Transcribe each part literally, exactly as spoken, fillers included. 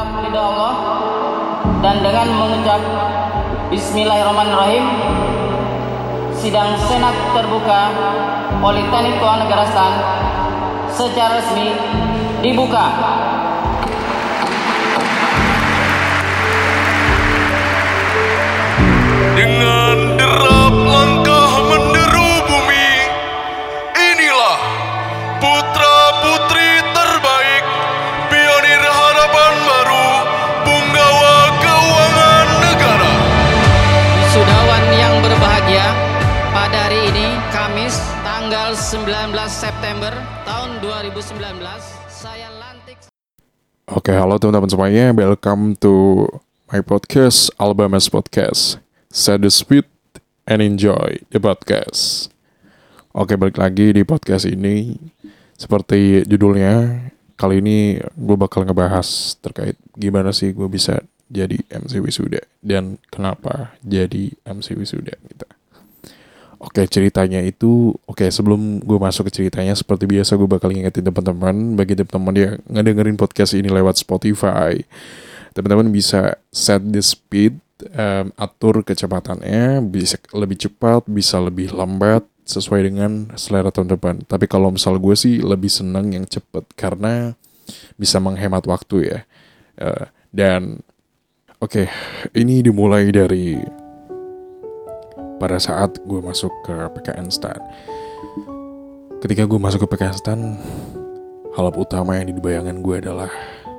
ridha Allah dan dengan mengucap Bismillahirrahmanirrahim, sidang Senat terbuka Politeknik Keuangan Negara Stan secara resmi dibuka. Dengan derap langkah menderu bumi, inilah putra-putri terbaik, pionir harapan baru, punggawa keuangan negara. Wisudawan yang berbahagia, pada hari ini Kamis tanggal sembilan belas September tahun dua ribu sembilan belas, saya lantik. Oke, halo teman-teman semuanya, welcome to my podcast, Albamas Podcast. Set the speed and enjoy the podcast. Oke, balik lagi di podcast ini. Seperti judulnya, kali ini gue bakal ngebahas terkait gimana sih gue bisa jadi M C Wisuda dan kenapa jadi M C Wisuda gitu. Oke, ceritanya itu, oke sebelum gue masuk ke ceritanya, seperti biasa gue bakal ngingetin teman-teman, bagi teman-teman yang ngedengerin podcast ini lewat Spotify, teman-teman bisa set the speed, um, atur kecepatannya, bisa lebih cepat, bisa lebih lambat, sesuai dengan selera teman-teman. Tapi kalau misal gue sih lebih senang yang cepat, karena bisa menghemat waktu ya. Uh, dan oke, ini dimulai dari pada saat gue masuk ke P K N Stan. Ketika gue masuk ke P K N Stan, hal utama yang dibayangkan gue adalah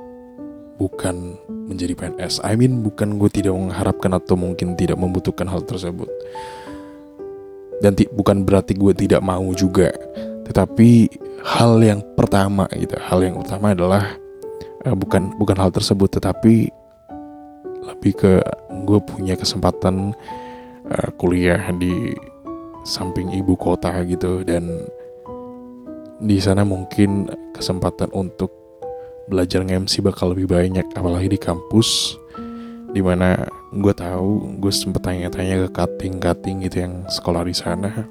bukan menjadi P N S. I mean, bukan gue tidak mengharapkan atau mungkin tidak membutuhkan hal tersebut. Dan ti- bukan berarti gue tidak mau juga. Tetapi hal yang pertama gitu, hal yang utama adalah uh, bukan bukan hal tersebut, tetapi lebih ke gue punya kesempatan uh, kuliah di samping ibu kota gitu, dan di sana mungkin kesempatan untuk belajar nge-M C bakal lebih banyak, apalagi di kampus dimana gue tahu, gue sempet tanya-tanya ke kating-kating gitu yang sekolah di sana,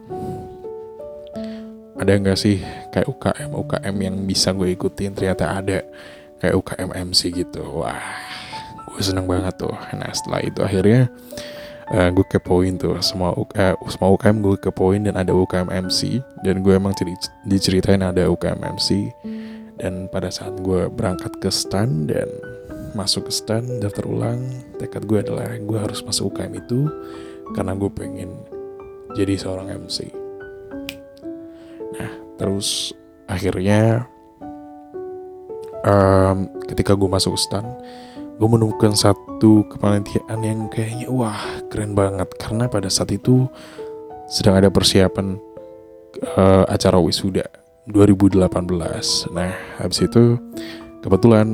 ada nggak sih kayak U K M U K M yang bisa gue ikutin. Ternyata ada kayak U K M M C gitu. Wah, gue seneng banget tuh. Nah setelah itu akhirnya uh, gue kepoin tuh semua U K, uh, semua U K M gue kepoin, dan ada U K M M C, dan gue emang ceri- diceritain ada U K M M C. Dan pada saat gue berangkat ke Stan dan masuk ke Stan, daftar ulang, tekad gue adalah gue harus masuk U K M itu karena gue pengen jadi seorang M C. Nah, terus akhirnya um, ketika gue masuk Stan, gue menemukan satu kepanitiaan yang kayaknya wah keren banget, karena pada saat itu sedang ada persiapan uh, acara wisuda dua ribu delapan belas. Nah, habis itu kebetulan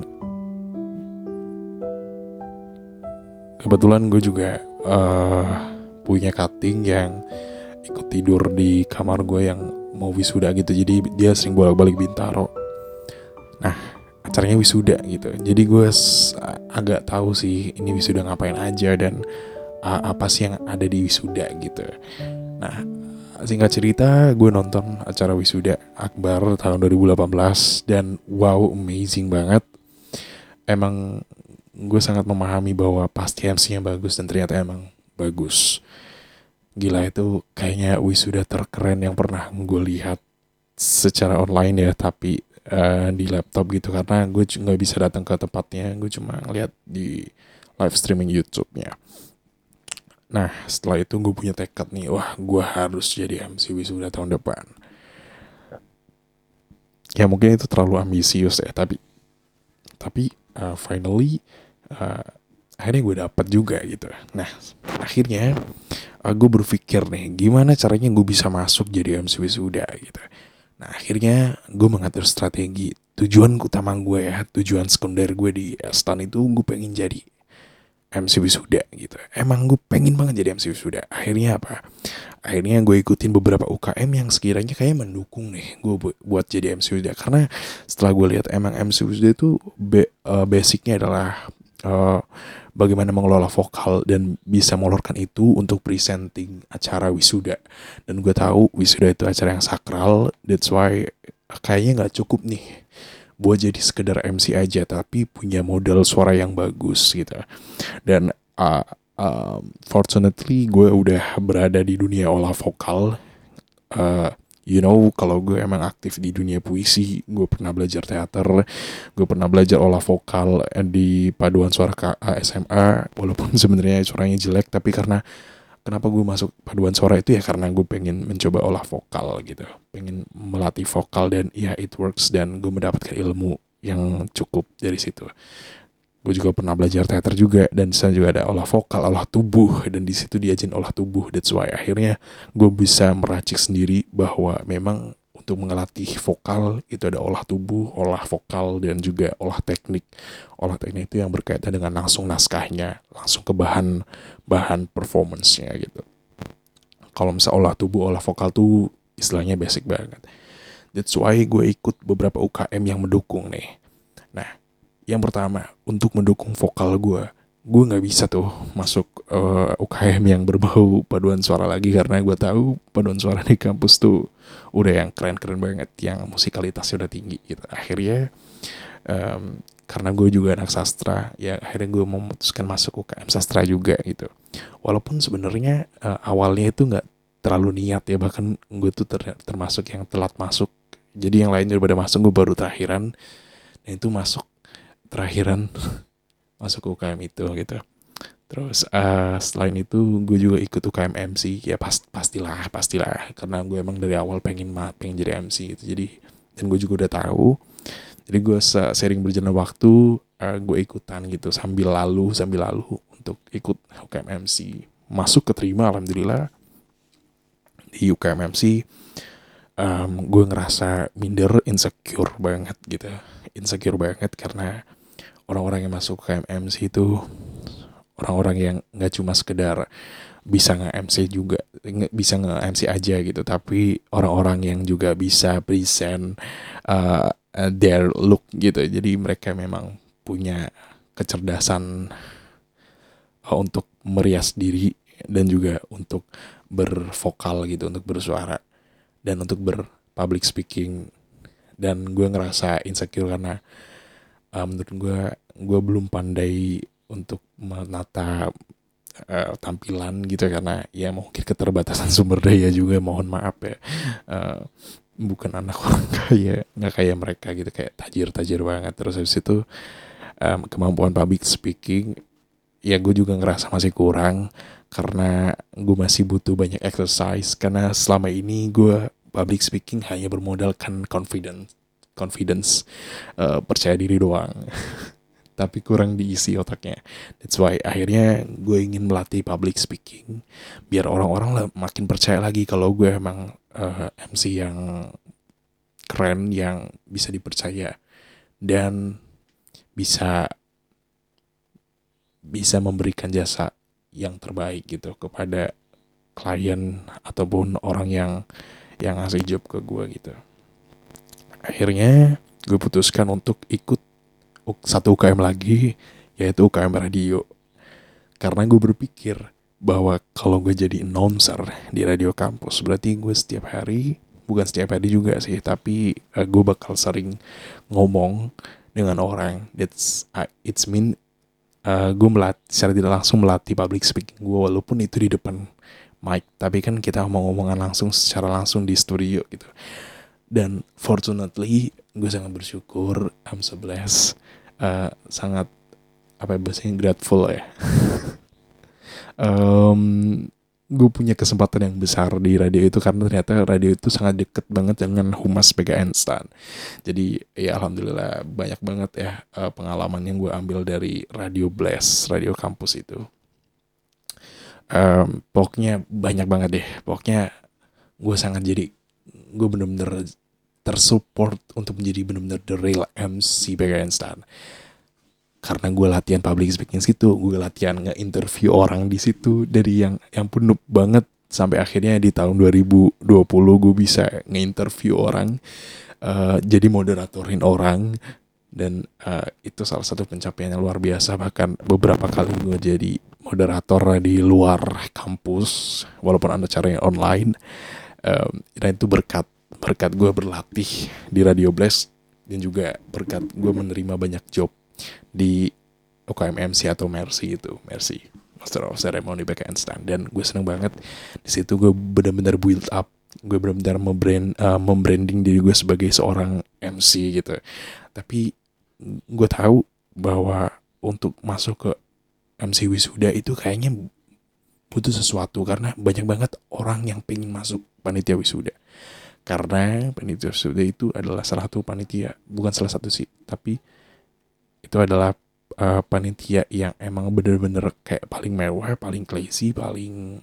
kebetulan gue juga uh, punya cutting yang ikut tidur di kamar gue yang mau wisuda gitu. Jadi dia sering bolak-balik Bintaro. Nah, acaranya wisuda gitu. Jadi gue s- agak tahu sih ini wisuda ngapain aja dan uh, apa sih yang ada di wisuda gitu. Nah, singkat cerita, gue nonton acara wisuda Akbar tahun dua ribu delapan belas dan wow, amazing banget. Emang gue sangat memahami bahwa pasti M C-nya bagus, dan ternyata emang bagus. Gila, itu kayaknya wisuda terkeren yang pernah gue lihat secara online ya, tapi uh, di laptop gitu, karena gue nggak bisa datang ke tempatnya, gue cuma lihat di live streaming YouTube-nya. Nah, setelah itu gue punya tekad nih, wah gue harus jadi M C wisuda tahun depan. Ya mungkin itu terlalu ambisius ya, tapi tapi uh, finally uh, akhirnya gue dapet juga gitu. Nah, akhirnya uh, gue berpikir nih, gimana caranya gue bisa masuk jadi M C wisuda gitu. Nah, akhirnya gue mengatur strategi. Tujuan utama gue ya, tujuan sekunder gue di Stan itu, gue pengen jadi M C wisuda gitu. Emang gue pengen banget jadi M C wisuda. Akhirnya apa? Akhirnya gue ikutin beberapa U K M yang sekiranya kayak mendukung nih gue bu- buat jadi M C wisuda. Karena setelah gue lihat emang M C wisuda itu be- uh, basicnya adalah uh, bagaimana mengelola vokal dan bisa mengeluarkan itu untuk presenting acara wisuda. Dan gue tahu wisuda itu acara yang sakral. That's why kayaknya nggak cukup nih buat jadi sekedar M C aja, tapi punya modal suara yang bagus gitu. Dan uh, uh, fortunately gue udah berada di dunia olah vokal. Uh, you know, kalau gue emang aktif di dunia puisi, gue pernah belajar teater, gue pernah belajar olah vokal di paduan suara K A S M A, walaupun sebenarnya suaranya jelek, tapi karena kenapa gue masuk paduan suara itu ya karena gue pengen mencoba olah vokal gitu, pengen melatih vokal, dan ya it works, dan gue mendapatkan ilmu yang cukup dari situ. Gue juga pernah belajar teater juga, dan di sana juga ada olah vokal, olah tubuh, dan di situ diajarin olah tubuh. That's why akhirnya gue bisa meracik sendiri bahwa memang untuk mengelatih vokal itu ada olah tubuh, olah vokal, dan juga olah teknik. Olah teknik itu yang berkaitan dengan langsung naskahnya, langsung ke bahan bahan performance-nya gitu. Kalau misal olah tubuh, olah vokal tuh istilahnya basic banget. That's why gue ikut beberapa U K M yang mendukung nih. Nah, yang pertama, untuk mendukung vokal gue, gue nggak bisa tuh masuk uh, U K M yang berbau paduan suara lagi, karena gue tahu paduan suara di kampus tuh udah yang keren-keren banget, yang musikalitasnya udah tinggi gitu. Akhirnya um, karena gue juga anak sastra, ya akhirnya gue memutuskan masuk U K M sastra juga gitu. Walaupun sebenarnya uh, awalnya itu nggak terlalu niat ya, bahkan gue tuh ter- termasuk yang telat masuk. Jadi yang lainnya udah pada masuk, gue baru terakhiran, dan itu masuk terakhiran masuk ke U K M itu gitu. Terus uh, selain itu gue juga ikut U K M M C, ya past, pastilah pastilah karena gue emang dari awal pengen pengen jadi M C gitu. Jadi dan gue juga udah tahu, jadi gue sering berjalan waktu, uh, gue ikutan gitu sambil lalu sambil lalu untuk ikut U K M M C. Masuk keterima alhamdulillah di U K M M C. Um, gue ngerasa minder, insecure banget gitu, insecure banget karena orang-orang yang masuk ke M C itu orang-orang yang nggak cuma sekedar bisa nge-M C juga, bisa nge-M C aja gitu, tapi orang-orang yang juga bisa present uh, their look gitu. Jadi mereka memang punya kecerdasan uh, untuk merias diri dan juga untuk bervokal gitu, untuk bersuara dan untuk berpublic speaking. Dan gue ngerasa insecure karena Uh, menurut gue, gue belum pandai untuk menata uh, tampilan gitu, karena ya mungkin keterbatasan sumber daya juga, mohon maaf ya. Uh, bukan anak orang kaya, nggak kayak mereka gitu, kayak tajir-tajir banget. Terus habis itu um, kemampuan public speaking, ya gue juga ngerasa masih kurang, karena gue masih butuh banyak exercise, karena selama ini gue public speaking hanya bermodalkan confidence. confidence, uh, percaya diri doang, tapi kurang diisi otaknya. That's why akhirnya gue ingin melatih public speaking, biar orang-orang makin percaya lagi kalau gue emang uh, M C yang keren, yang bisa dipercaya, dan bisa bisa memberikan jasa yang terbaik gitu kepada klien ataupun orang yang yang ngasih job ke gue gitu. Akhirnya gue putuskan untuk ikut satu U K M lagi, yaitu U K M radio. Karena gue berpikir bahwa kalau gue jadi announcer di radio kampus, berarti gue setiap hari, bukan setiap hari juga sih, tapi uh, gue bakal sering ngomong dengan orang. That's uh, it's mean uh, gue melatih, secara tidak langsung melatih public speaking gue, walaupun itu di depan mic, tapi kan kita mau ngomongan langsung secara langsung di studio gitu. Dan fortunately gue sangat bersyukur, I'm so blessed, uh, sangat apa ya bahasanya, grateful ya. um, gue punya kesempatan yang besar di radio itu, karena ternyata radio itu sangat deket banget dengan Humas P K N Stan. Jadi ya alhamdulillah banyak banget ya uh, pengalaman yang gue ambil dari Radio Blast, radio kampus itu. Um, pokoknya banyak banget deh. Pokoknya gue sangat jadi, gue bener-bener tersupport untuk menjadi bener-bener the real M C P K N Stan. Karena gue latihan public speaking situ, gue latihan nge-interview orang di situ, dari yang yang pun noob banget, sampai akhirnya di tahun dua ribu dua puluh gue bisa nge-interview orang, uh, jadi moderatorin orang, dan uh, itu salah satu pencapaian yang luar biasa. Bahkan beberapa kali gue jadi moderator di luar kampus, walaupun ada caranya online, um, dan itu berkat berkat gue berlatih di Radio Blast. dan juga berkat gue menerima banyak job di U K M M C atau Mercy itu, Mercy Master of Ceremony Back Handstand, dan gue seneng banget di situ. Gue benar-benar build up, gue benar-benar membrand, uh, membranding diri gue sebagai seorang M C gitu. Tapi gue tahu bahwa untuk masuk ke M C wisuda itu kayaknya butuh sesuatu, karena banyak banget orang yang pengen masuk panitia wisuda. Karena panitia wisuda itu adalah salah satu panitia, bukan salah satu sih, tapi itu adalah uh, panitia yang emang bener-bener kayak paling mewah, paling classy, paling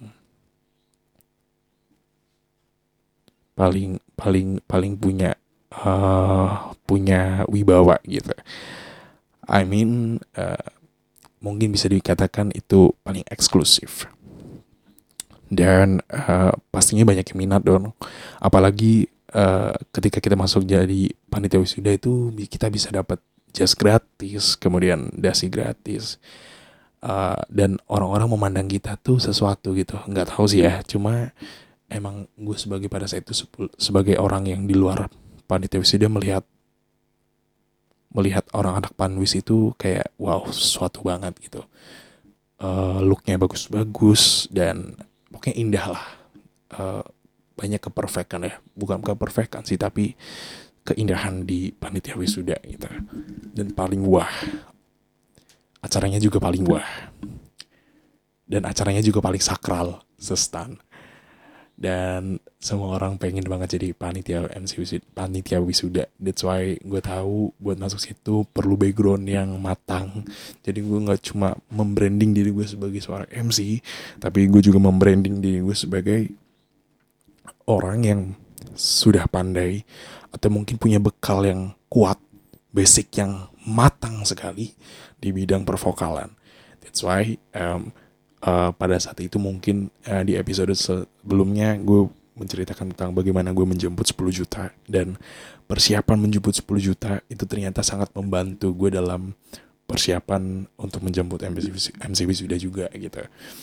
paling paling paling punya uh, punya wibawa gitu. I mean uh, mungkin bisa dikatakan itu paling eksklusif. Dan uh, pastinya banyak yang minat dong. Apalagi uh, ketika kita masuk jadi panitia wisuda itu kita bisa dapat jas gratis, kemudian dasi gratis, uh, dan orang-orang memandang kita tuh sesuatu gitu. Nggak tahu sih ya, cuma emang gue sebagai pada saat itu sebagai orang yang di luar panitia wisuda melihat melihat orang anak panwis itu kayak wow, sesuatu banget gitu. Uh, looknya bagus-bagus dan pokoknya indah lah. Uh, banyak keperfekan ya, bukan keperfekan sih, tapi keindahan di panitia wisuda gitu. Dan paling wah, acaranya juga paling wah, dan acaranya juga paling sakral, sestan. Dan semua orang pengen banget jadi panitia M C wisuda, panitia wisuda. That's why gue tahu buat masuk situ perlu background yang matang. Jadi gue nggak cuma membranding diri gue sebagai seorang M C, tapi gue juga membranding diri gue sebagai orang yang sudah pandai atau mungkin punya bekal yang kuat, basic yang matang sekali di bidang pervokalan. That's why um, uh, pada saat itu mungkin uh, di episode sebelumnya gue menceritakan tentang bagaimana gue menjemput sepuluh juta, dan persiapan menjemput sepuluh juta itu ternyata sangat membantu gue dalam persiapan untuk menjemput M C wisuda juga gitu.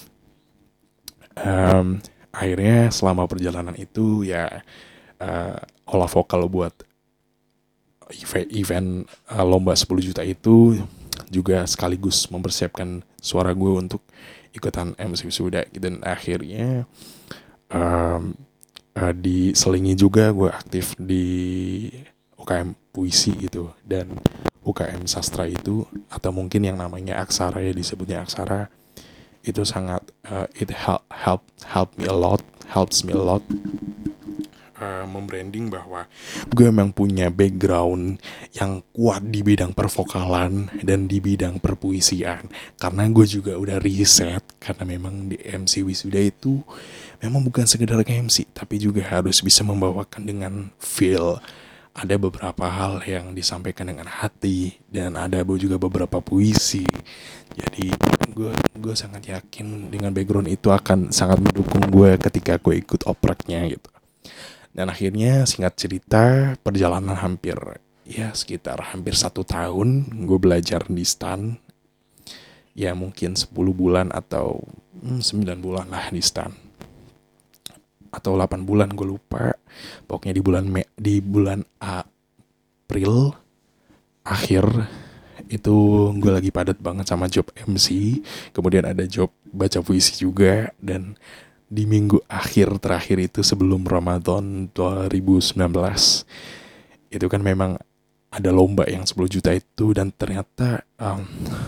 Um, akhirnya selama perjalanan itu ya uh, olah vokal buat event, event uh, lomba sepuluh juta itu juga sekaligus mempersiapkan suara gue untuk ikutan M C wisuda. Dan akhirnya um, uh, diselingi juga gue aktif di U K M puisi gitu, dan U K M sastra itu, atau mungkin yang namanya aksara ya, disebutnya aksara, itu sangat uh, it help help help me a lot, helps me a lot uh, membranding bahwa gue memang punya background yang kuat di bidang pervokalan dan di bidang perpuisian. Karena gue juga udah riset, karena memang di M C wisuda itu memang bukan sekedar M C, tapi juga harus bisa membawakan dengan feel. Ada beberapa hal yang disampaikan dengan hati, dan ada juga beberapa puisi. Jadi gue gue sangat yakin dengan background itu akan sangat mendukung gue ketika gue ikut opreknya gitu. Dan akhirnya singkat cerita, perjalanan hampir ya sekitar hampir satu tahun gue belajar di stan. Ya mungkin sepuluh bulan atau hmm, sembilan bulan lah di stan, atau delapan bulan, gue lupa. Pokoknya di bulan Mei, di bulan April akhir itu gue lagi padat banget sama job M C, kemudian ada job baca puisi juga. Dan di minggu akhir terakhir itu sebelum Ramadan dua ribu sembilan belas itu kan memang ada lomba yang sepuluh juta itu, dan ternyata um,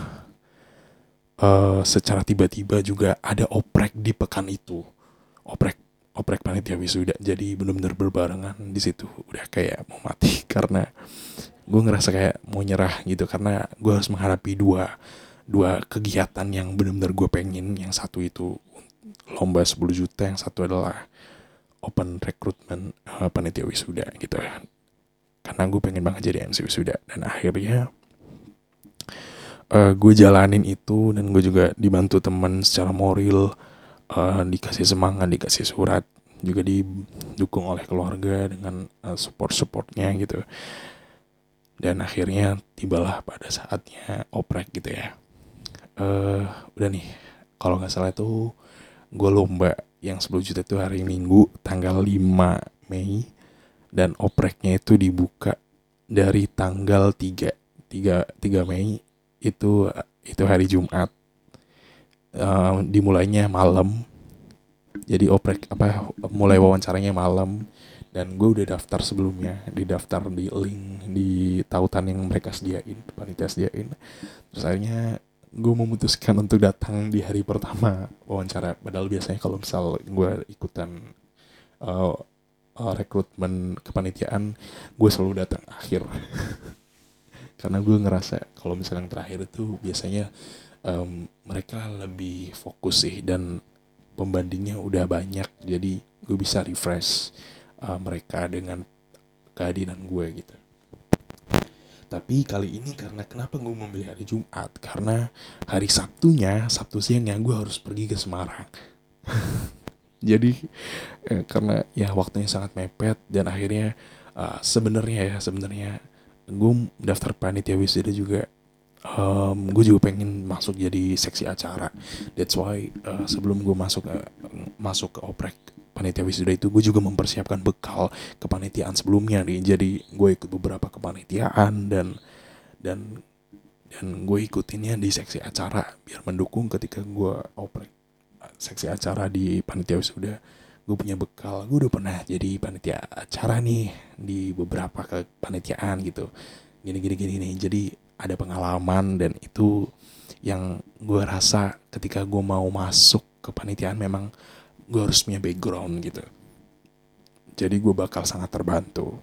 uh, secara tiba-tiba juga ada oprek di pekan itu, oprek oprek panitia wisuda. Jadi benar-benar berbarengan di situ. Udah kayak mau mati, karena gue ngerasa kayak mau nyerah gitu, karena gue harus menghadapi dua dua kegiatan yang benar-benar gue pengen. Yang satu itu lomba sepuluh juta, yang satu adalah open recruitment uh, panitia wisuda gitu. Karena gue pengen banget jadi M C wisuda. Dan akhirnya uh, gue jalanin itu, dan gue juga dibantu teman secara moral. Uh, dikasih semangat, dikasih surat, juga didukung oleh keluarga dengan uh, support-supportnya gitu. Dan akhirnya tibalah pada saatnya oprek gitu ya. Uh, udah nih, kalau nggak salah itu gue lomba yang sepuluh juta itu hari Minggu tanggal lima Mei, dan opreknya itu dibuka dari tanggal tiga Mei itu itu hari Jumat. Uh, dimulainya malam. Jadi oprek apa mulai wawancaranya malam, dan gue udah daftar sebelumnya, didaftar di link di tautan yang mereka sediain, panitia sediain. Terus akhirnya gue memutuskan untuk datang di hari pertama wawancara. Padahal biasanya kalau misal gue ikutan uh, uh, rekrutmen kepanitiaan, gue selalu datang akhir. Karena gue ngerasa kalau misalnya yang terakhir itu biasanya um, mereka lebih fokus sih, dan pembandingnya udah banyak, jadi gue bisa refresh uh, mereka dengan kehadiran gue gitu. Tapi kali ini karena kenapa gue memilih hari Jumat, karena hari Sabtunya, Sabtu siangnya gue harus pergi ke Semarang. Jadi eh, karena ya waktunya sangat mepet, dan akhirnya uh, sebenarnya ya sebenarnya gue daftar panitia wisuda juga, um, gue juga pengen masuk jadi seksi acara. That's why uh, sebelum gue masuk uh, masuk ke oprek panitia wisuda itu, gue juga mempersiapkan bekal kepanitiaan sebelumnya nih. Jadi gue ikut beberapa kepanitiaan, dan dan dan gue ikutinnya di seksi acara biar mendukung ketika gue oprek seksi acara di panitia wisuda. Gue punya bekal, gue udah pernah jadi panitia acara nih di beberapa kepanitiaan gitu, gini-gini gini. Jadi ada pengalaman, dan itu yang gue rasa ketika gue mau masuk ke panitiaan memang gue harus punya background gitu. Jadi gue bakal sangat terbantu.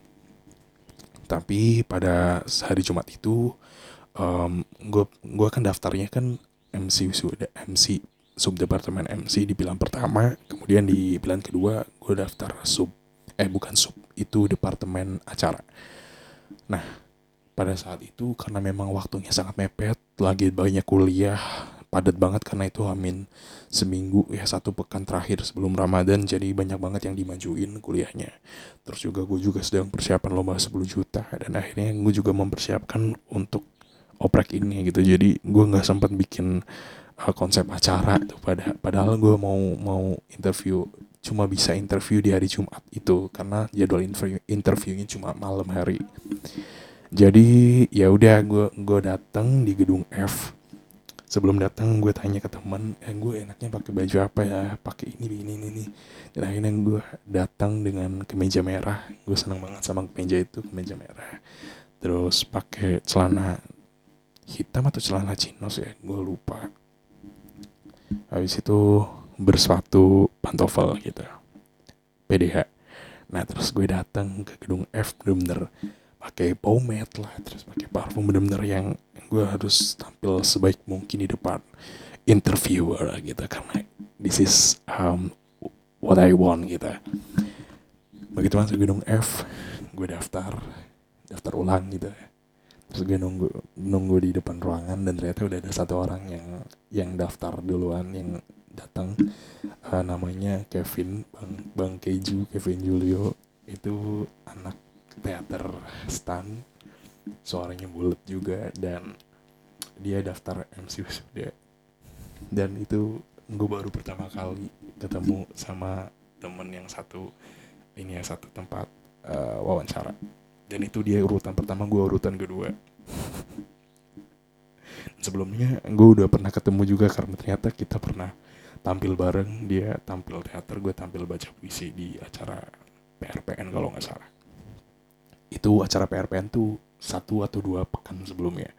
Tapi pada hari Jumat itu um, gue gue kan daftarnya kan M C wisuda, M C subdepartemen M C di pilihan pertama, kemudian di pilihan kedua gue daftar sub eh bukan sub itu departemen acara. Nah, pada saat itu karena memang waktunya sangat mepet, lagi banyak kuliah, padat banget karena itu amin seminggu ya, satu pekan terakhir sebelum Ramadan, jadi banyak banget yang dimajuin kuliahnya. Terus juga gue juga sedang persiapan lomba sepuluh juta, dan akhirnya gue juga mempersiapkan untuk oprek ini gitu. Jadi gue nggak sempat bikin uh, konsep acara tuh, pada padahal gue mau mau interview, cuma bisa interview di hari Jumat itu karena jadwal interview interviewnya cuma malam hari. Jadi ya udah gue gue datang di gedung F. Sebelum datang gue tanya ke teman, eh gue enaknya pakai baju apa ya, pakai ini ini ini ini. Dan akhirnya gue datang dengan kemeja merah. Gue senang banget sama kemeja itu, kemeja merah. Terus pakai celana hitam atau celana chinos ya, gue lupa. Habis itu bersepatu pantofel gitu, P D H. Nah terus gue datang ke gedung F, bener-bener pakai pomade lah, terus pakai parfum, bener-bener yang gue harus tampil sebaik mungkin di depan interviewer gitu, karena this is um, what I want gitu. Begitu masuk gedung F, gue daftar daftar ulang gitu. Terus gue nunggu nunggu di depan ruangan, dan ternyata udah ada satu orang yang yang daftar duluan, yang datang, uh, namanya Kevin, Bang Bang Keju, Kevin Julio. Itu anak teater stan, suaranya bulat juga, dan dia daftar M C wisuda. Dan itu gue baru pertama kali ketemu sama temen yang satu ini ya, satu tempat uh, wawancara. Dan itu dia urutan pertama, gue urutan kedua. Sebelumnya gue udah pernah ketemu juga, karena ternyata kita pernah tampil bareng. Dia tampil teater, gue tampil baca puisi di acara P R P N kalau gak salah. Itu acara P R P N tuh satu atau dua pekan sebelumnya.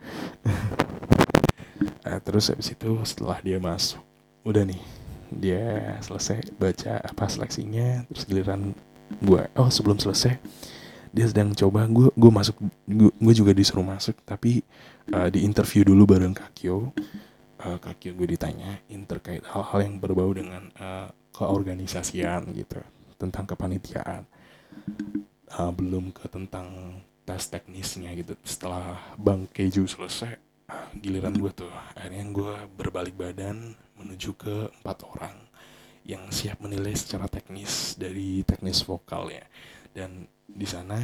Nah, terus habis itu setelah dia masuk, udah nih, dia selesai baca apa seleksinya, terus giliran gue. Oh sebelum selesai, dia sedang coba, gue gue masuk, gue juga disuruh masuk, tapi uh, di interview dulu bareng Kakio. uh, Kakio gue ditanyain terkait hal-hal yang berbau dengan uh, keorganisasian gitu, tentang kepanitiaan. Uh, belum ke tentang tes teknisnya gitu. Setelah Bang Keju selesai, uh, giliran gue tuh. Akhirnya gue berbalik badan menuju ke empat orang yang siap menilai secara teknis dari teknis vokalnya. Dan di sana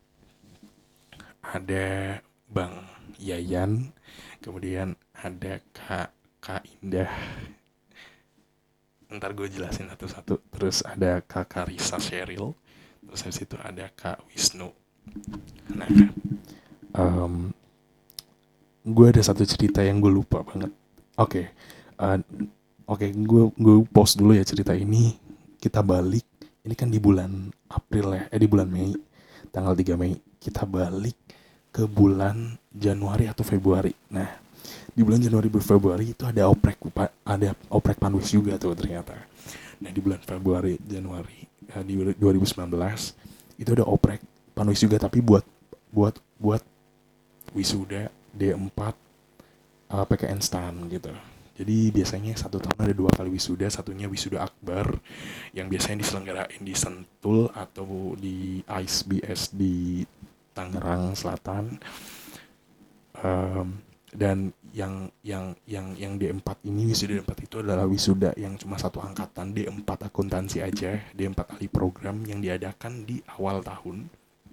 ada Bang Yayan, kemudian ada Kak Kak Indah. Ntar gue jelasin satu-satu. Terus ada Kak Karisa Sheryl. Terus habis itu ada Kak Wisnu. Nah, um, gue ada satu cerita yang gue lupa banget. Oke, okay. uh, oke, okay, gue gue post dulu ya cerita ini. Kita balik, ini kan di bulan April ya, eh di bulan Mei, tanggal tiga Mei. Kita balik ke bulan Januari atau Februari. Nah, di bulan Januari dan Februari itu ada oprek ada oprek Panwis juga tuh ternyata. Nah, di bulan Februari Januari uh, di dua ribu sembilan belas itu ada oprek Panwis juga, tapi buat buat buat wisuda D empat uh, P K N STAN gitu. Jadi biasanya satu tahun ada dua kali wisuda, satunya wisuda akbar yang biasanya diselenggarain di Sentul atau di I S B S di Tangerang Selatan. Um, dan yang yang yang yang D empat ini, wisuda D empat itu adalah wisuda yang cuma satu angkatan, D empat akuntansi aja, D empat ahli program yang diadakan di awal tahun.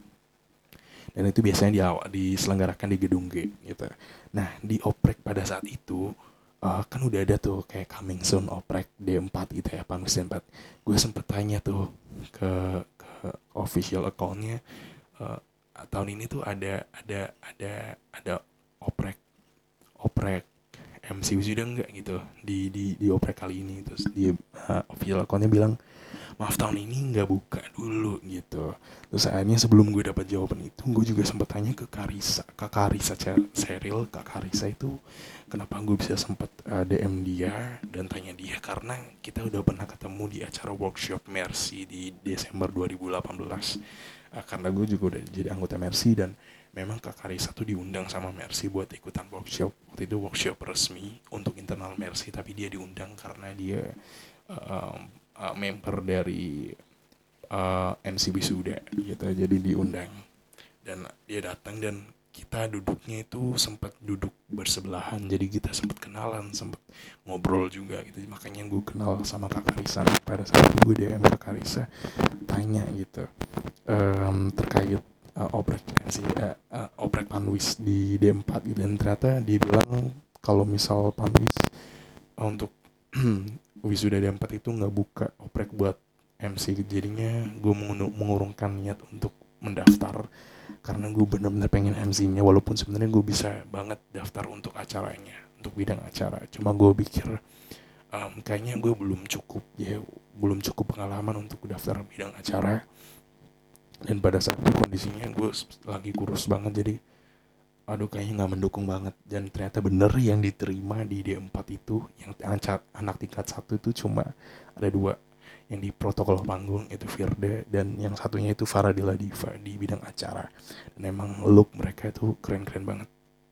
Dan itu biasanya di awal, diselenggarakan di Gedung G gitu. Nah, di oprek pada saat itu uh, kan udah ada tuh kayak coming soon oprek D empat gitu ya, Panwis D empat. Gue sempet tanya tuh ke ke official account-nya, uh, tahun ini tuh ada ada ada ada oprek oprek M C wisuda enggak gitu di di di oprek kali ini. Terus dia uh, official account-nya bilang maaf tahun ini nggak buka dulu gitu. Terus akhirnya sebelum gue dapat jawaban itu, gue juga sempat tanya ke Karisa, Kak Karisa Seril, Kak Karisa itu kenapa gue bisa sempat uh, D M dia dan tanya dia, karena kita udah pernah ketemu di acara workshop Mercy di Desember dua ribu delapan belas. Uh, karena gue juga udah jadi anggota Mercy dan memang Kak Karisa tuh diundang sama Mercy buat ikutan workshop. Waktu itu workshop resmi untuk internal Mercy, tapi dia diundang karena dia uh, uh, member dari uh, M C wisuda gitu, jadi diundang dan dia datang dan kita duduknya itu sempat duduk bersebelahan, jadi kita sempat kenalan, sempat ngobrol juga gitu. Makanya gue kenal sama Kak Karisa. Pada saat gue D M Kak Karisa tanya gitu um, terkait Uh, oprek si uh, uh, oprek Panwis di D empat gitu, dan ternyata dia bilang kalau misal Panwis uh, untuk wisuda D empat itu nggak buka oprek buat M C. Jadinya gue mengurungkan niat untuk mendaftar karena gue benar-benar pengen M C-nya, walaupun sebenarnya gue bisa banget daftar untuk acaranya, untuk bidang acara. Cuma gue pikir um, kayaknya gue belum cukup ya, belum cukup pengalaman untuk daftar bidang acara. Dan pada saat itu kondisinya gue lagi kurus banget, jadi aduh kayaknya gak mendukung banget. Dan ternyata bener yang diterima di D empat itu, yang anak tingkat satu itu cuma ada dua. Yang di protokol panggung itu Firda, dan yang satunya itu Faradila Diva di bidang acara. Dan emang look mereka itu keren-keren banget,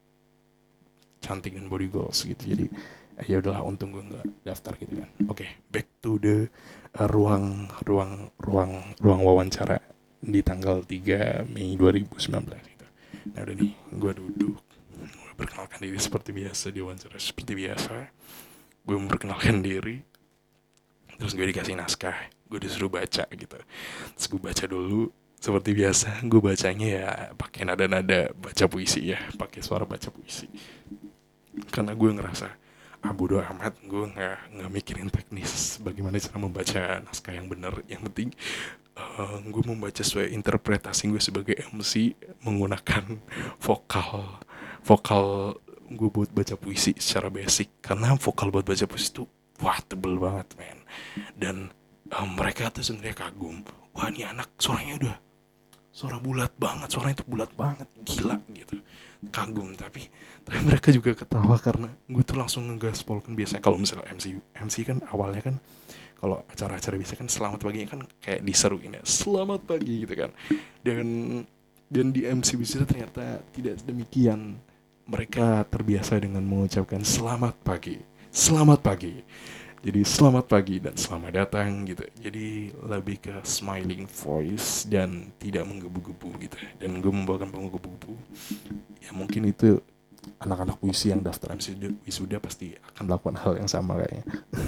cantik dan body goals gitu. Jadi ya udahlah, untung gue gak daftar gitu kan. Oke, okay, back to the uh, ruang ruang ruang ruang wawancara di tanggal tiga Mei dua ribu sembilan belas gitu. Nah udah nih, gue duduk, gue perkenalkan diri seperti biasa, di wawancara seperti biasa. Gue memperkenalkan diri, terus gue dikasih naskah, gue disuruh baca gitu. Terus gue baca dulu, seperti biasa, gue bacanya ya pakai nada-nada baca puisi ya, pakai suara baca puisi. Karena gue ngerasa, ah bodo amat, gue nggak nggak mikirin teknis bagaimana cara membaca naskah yang benar. Yang penting Uh, gue membaca sesuai interpretasi gue sebagai M C menggunakan vokal vokal gue buat baca puisi secara basic, karena vokal buat baca puisi itu wah tebel banget men. Dan um, mereka tuh sebenarnya kagum, wah ini anak suaranya udah suara bulat banget, suaranya tuh bulat banget, gila gitu, kagum. Tapi tapi mereka juga ketawa karena gue tuh langsung ngegaspol. Kan biasanya kalau misalnya M C M C kan awalnya kan kalau acara-acara biasa kan selamat pagi kan kayak diseruin ya, selamat pagi gitu kan. Dan dan di M C wisuda ternyata tidak demikian. Mereka terbiasa dengan mengucapkan selamat pagi, selamat pagi. Jadi selamat pagi dan selamat datang gitu. Jadi lebih ke smiling voice dan tidak menggebu-gebu gitu. Dan gue membawakan penggebu-gebu. Ya mungkin itu anak-anak puisi yang daftar M C wisuda pasti akan melakukan hal yang sama kayaknya.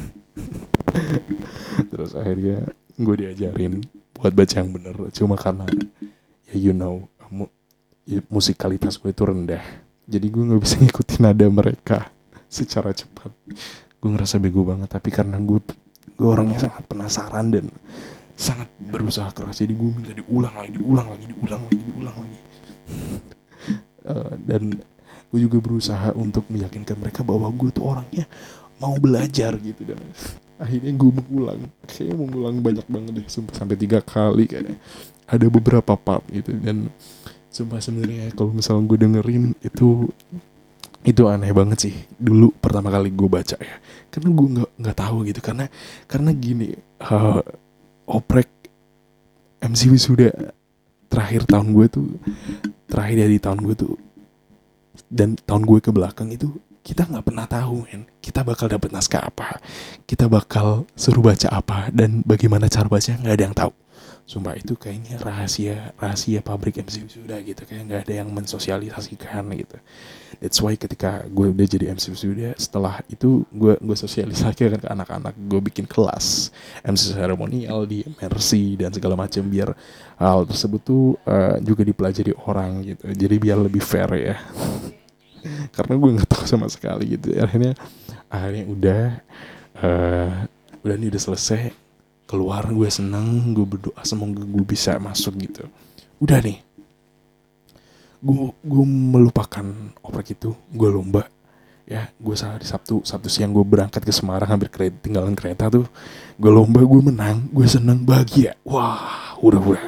Terus akhirnya gue diajarin buat baca yang bener, cuma karena ya you know mu- ya, musikalitas gue itu rendah, jadi gue nggak bisa ngikutin nada mereka secara cepat. Gue ngerasa bego banget, tapi karena gue gue orangnya sangat penasaran dan sangat berusaha keras, jadi gue minta diulang lagi, diulang lagi, diulang lagi, diulang lagi. Uh, dan gue juga berusaha untuk meyakinkan mereka bahwa gue tuh orangnya mau belajar gitu. Dan akhirnya gue mengulang, kayaknya mengulang banyak banget deh, sumpah sampai tiga kali kayaknya. Ada beberapa part gitu. Dan sumpah sebenarnya kalau misalnya gue dengerin itu itu aneh banget sih dulu pertama kali gue baca ya, karena gue nggak nggak tahu gitu. Karena karena gini, uh, oprek M C Wisuda terakhir tahun gue tuh, terakhir dari tahun gue tuh dan tahun gue ke belakang itu, kita nggak pernah tahu kan kita bakal dapet naskah apa, kita bakal suruh baca apa, dan bagaimana cara bacanya nggak ada yang tahu. Sumpah itu kayaknya rahasia rahasia pabrik M C Wisuda gitu, kayak nggak ada yang mensosialisasikan gitu. That's why ketika gue udah jadi M C Wisuda, setelah itu gue gue sosialisasikan ke anak-anak, gue bikin kelas M C seremonial di Mercy dan segala macam, biar hal tersebut tuh uh, juga dipelajari orang gitu, jadi biar lebih fair ya. Karena gue nggak tahu sama sekali gitu. Akhirnya akhirnya udah uh, udah nih udah selesai, keluar gue seneng, gue berdoa semoga gue bisa masuk gitu. Udah nih, gue gue melupakan oprek itu, gue lomba ya. Gue hari Sabtu Sabtu siang gue berangkat ke Semarang, hampir kereta, tinggalan kereta tuh. Gue lomba, gue menang, gue seneng, bahagia, wah udah udah.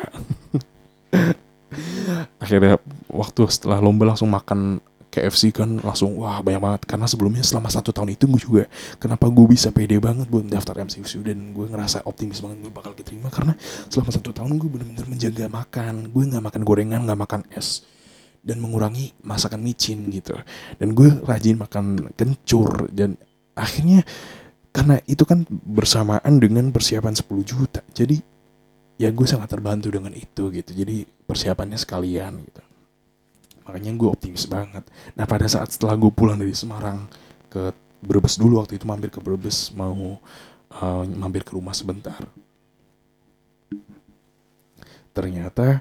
Akhirnya waktu setelah lomba langsung makan K F C kan, langsung wah banyak banget. Karena sebelumnya selama satu tahun itu gue juga, kenapa gue bisa pede banget buat daftar M C Wisuda, dan gue ngerasa optimis banget gue bakal diterima, karena selama satu tahun gue benar-benar menjaga makan. Gue nggak makan gorengan, nggak makan es, dan mengurangi masakan micin gitu. Dan gue rajin makan kencur. Dan akhirnya karena itu kan bersamaan dengan persiapan sepuluh juta, jadi ya gue sangat terbantu dengan itu gitu. Jadi persiapannya sekalian gitu. Makanya gue optimis banget. Nah pada saat setelah gue pulang dari Semarang ke Brebes dulu, waktu itu mampir ke Brebes, mau uh, mampir ke rumah sebentar. Ternyata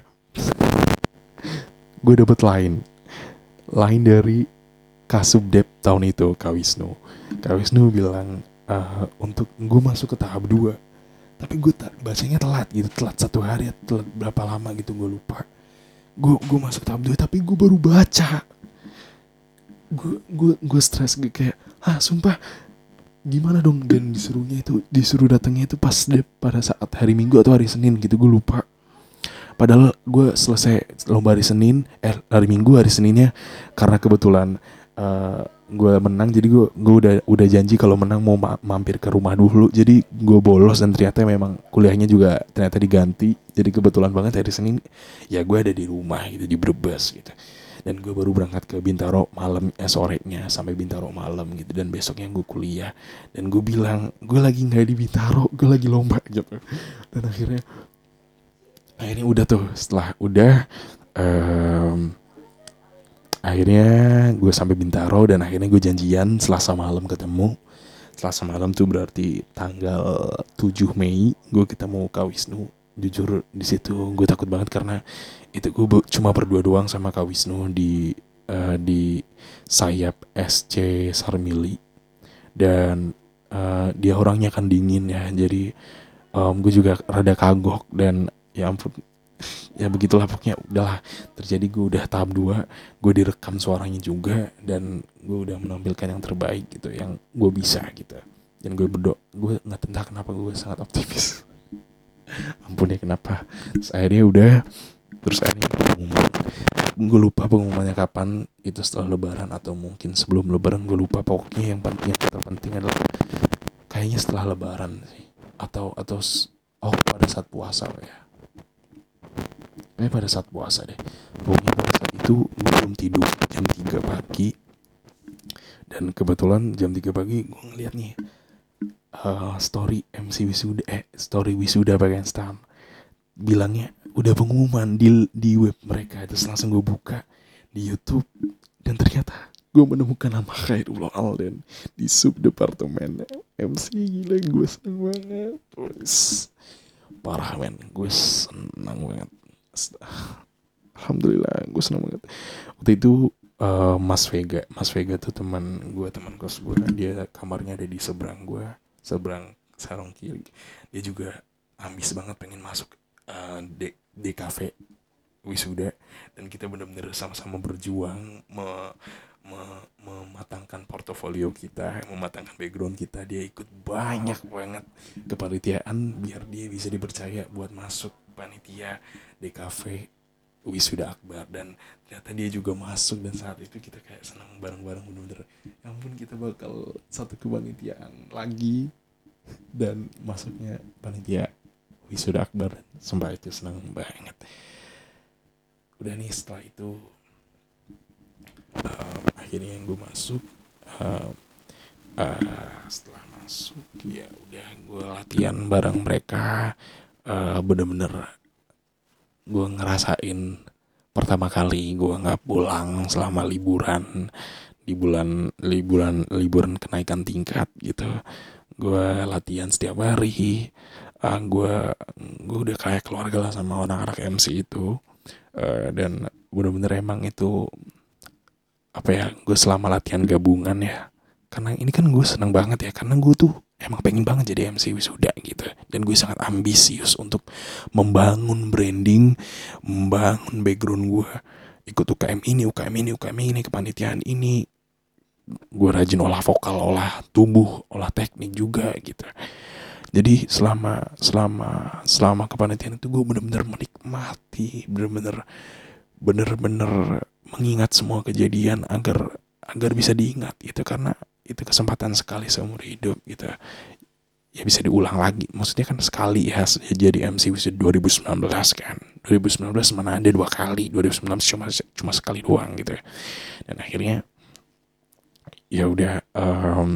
gue dapet line Line dari Kasubdep tahun itu, Kak Wisnu. Kak Wisnu bilang uh, untuk gue masuk ke tahap dua. Tapi gue ta- bacanya telat gitu, telat satu hari, telat berapa lama gitu gue lupa. Gue gue masuk tahap dua tapi gue baru baca. Gue gue gue stres gitu, kayak ah sumpah gimana dong. Dan disuruhnya itu disuruh datangnya itu pas deh pada saat hari Minggu atau hari Senin gitu, gue lupa. Padahal gue selesai lomba hari Senin, eh hari Minggu, hari Seninnya karena kebetulan uh, gue menang, jadi gue gue udah udah janji kalau menang mau ma- mampir ke rumah dulu. Jadi gue bolos, dan ternyata memang kuliahnya juga ternyata diganti. Jadi kebetulan banget hari Senin ya gue ada di rumah gitu, di Brebes gitu. Dan gue baru berangkat ke Bintaro malam, eh sorenya sampai Bintaro malam gitu. Dan besoknya gue kuliah. Dan gue bilang gue lagi nggak di Bintaro, gue lagi lomba gitu. Dan akhirnya akhirnya udah tuh, setelah udah um, akhirnya gue sampai Bintaro, dan akhirnya gue janjian Selasa malam ketemu. Selasa malam tuh berarti tanggal tujuh Mei gue ketemu Kak Wisnu. Jujur di situ gue takut banget, karena itu gue cuma berdua doang sama Kak Wisnu di uh, di sayap S C Sarmili. Dan uh, dia orangnya kan dingin ya, jadi um, gue juga rada kagok. Dan ya ampun, ya begitulah pokoknya. Udahlah, terjadi gue udah tahap dua, gue direkam suaranya juga, dan gue udah menampilkan yang terbaik gitu, yang gue bisa gitu. Dan gue berdoa, gue nggak entah kenapa gue sangat optimis. Ampun ya kenapa. Terus akhirnya udah, terus akhirnya pengumuman, gue lupa pengumumannya kapan, itu setelah lebaran atau mungkin sebelum lebaran, gue lupa. Pokoknya yang penting, yang terpenting adalah kayaknya setelah lebaran sih, atau atau oh pada saat puasa ya. Eh pada saat puasa deh. Pokoknya pada saat itu gue belum tidur, jam tiga pagi. Dan kebetulan jam tiga pagi gue ngeliat nih uh, story M C Wisuda, eh story Wisuda bagian stam, bilangnya udah pengumuman di di web mereka. Terus langsung gue buka di YouTube, dan ternyata gue menemukan nama Khairul Alden di sub departemen M C. Gila, gue seneng banget. Terus parah men, gue senang banget. Alhamdulillah, gue senang banget. Waktu itu uh, Mas Vega, Mas Vega tuh teman gue, teman kos gue. Dia kamarnya ada di seberang gue, seberang sarung kiri. Dia juga ambis banget pengen masuk uh, D, D K V wisuda, dan kita benar-benar sama-sama berjuang me, me, mematangkan portofolio kita, mematangkan background kita. Dia ikut banyak banget kepanitiaan biar dia bisa dipercaya buat masuk panitia D K V wisuda akbar, dan ternyata dia juga masuk. Dan saat itu kita kayak senang bareng-bareng, bener-bener ya ampun kita bakal satu kepanitiaan lagi dan masuknya panitia wisuda akbar. Sumpah itu senang banget. Udah nih, setelah itu uh, akhirnya yang gue masuk, uh, uh, setelah masuk ya udah gue latihan bareng mereka. Uh, bener-bener gue ngerasain pertama kali gue nggak pulang selama liburan, di bulan liburan liburan kenaikan tingkat gitu. Gue latihan setiap hari. Uh, gue gue udah kayak keluarga lah sama anak-anak M C itu. Uh, dan bener-bener emang itu apa ya, gue selama latihan gabungan ya, karena ini kan gue seneng banget ya, karena gue tuh emang pengen banget jadi M C wisuda gitu, dan gue sangat ambisius untuk membangun branding, membangun background gue, ikut U K M ini, U K M ini, U K M ini, kepanitiaan ini. Gue rajin olah vokal, olah tubuh, olah teknik juga gitu. Jadi selama selama selama kepanitiaan itu gue benar-benar menikmati, benar-benar benar-benar mengingat semua kejadian agar agar bisa diingat gitu, karena itu kesempatan sekali seumur hidup gitu. Ya bisa diulang lagi. Maksudnya kan sekali ya jadi M C wisuda dua ribu sembilan belas kan. dua ribu sembilan belas mana ada dua kali. dua ribu sembilan belas cuma cuma sekali doang gitu. Dan akhirnya ya udah um,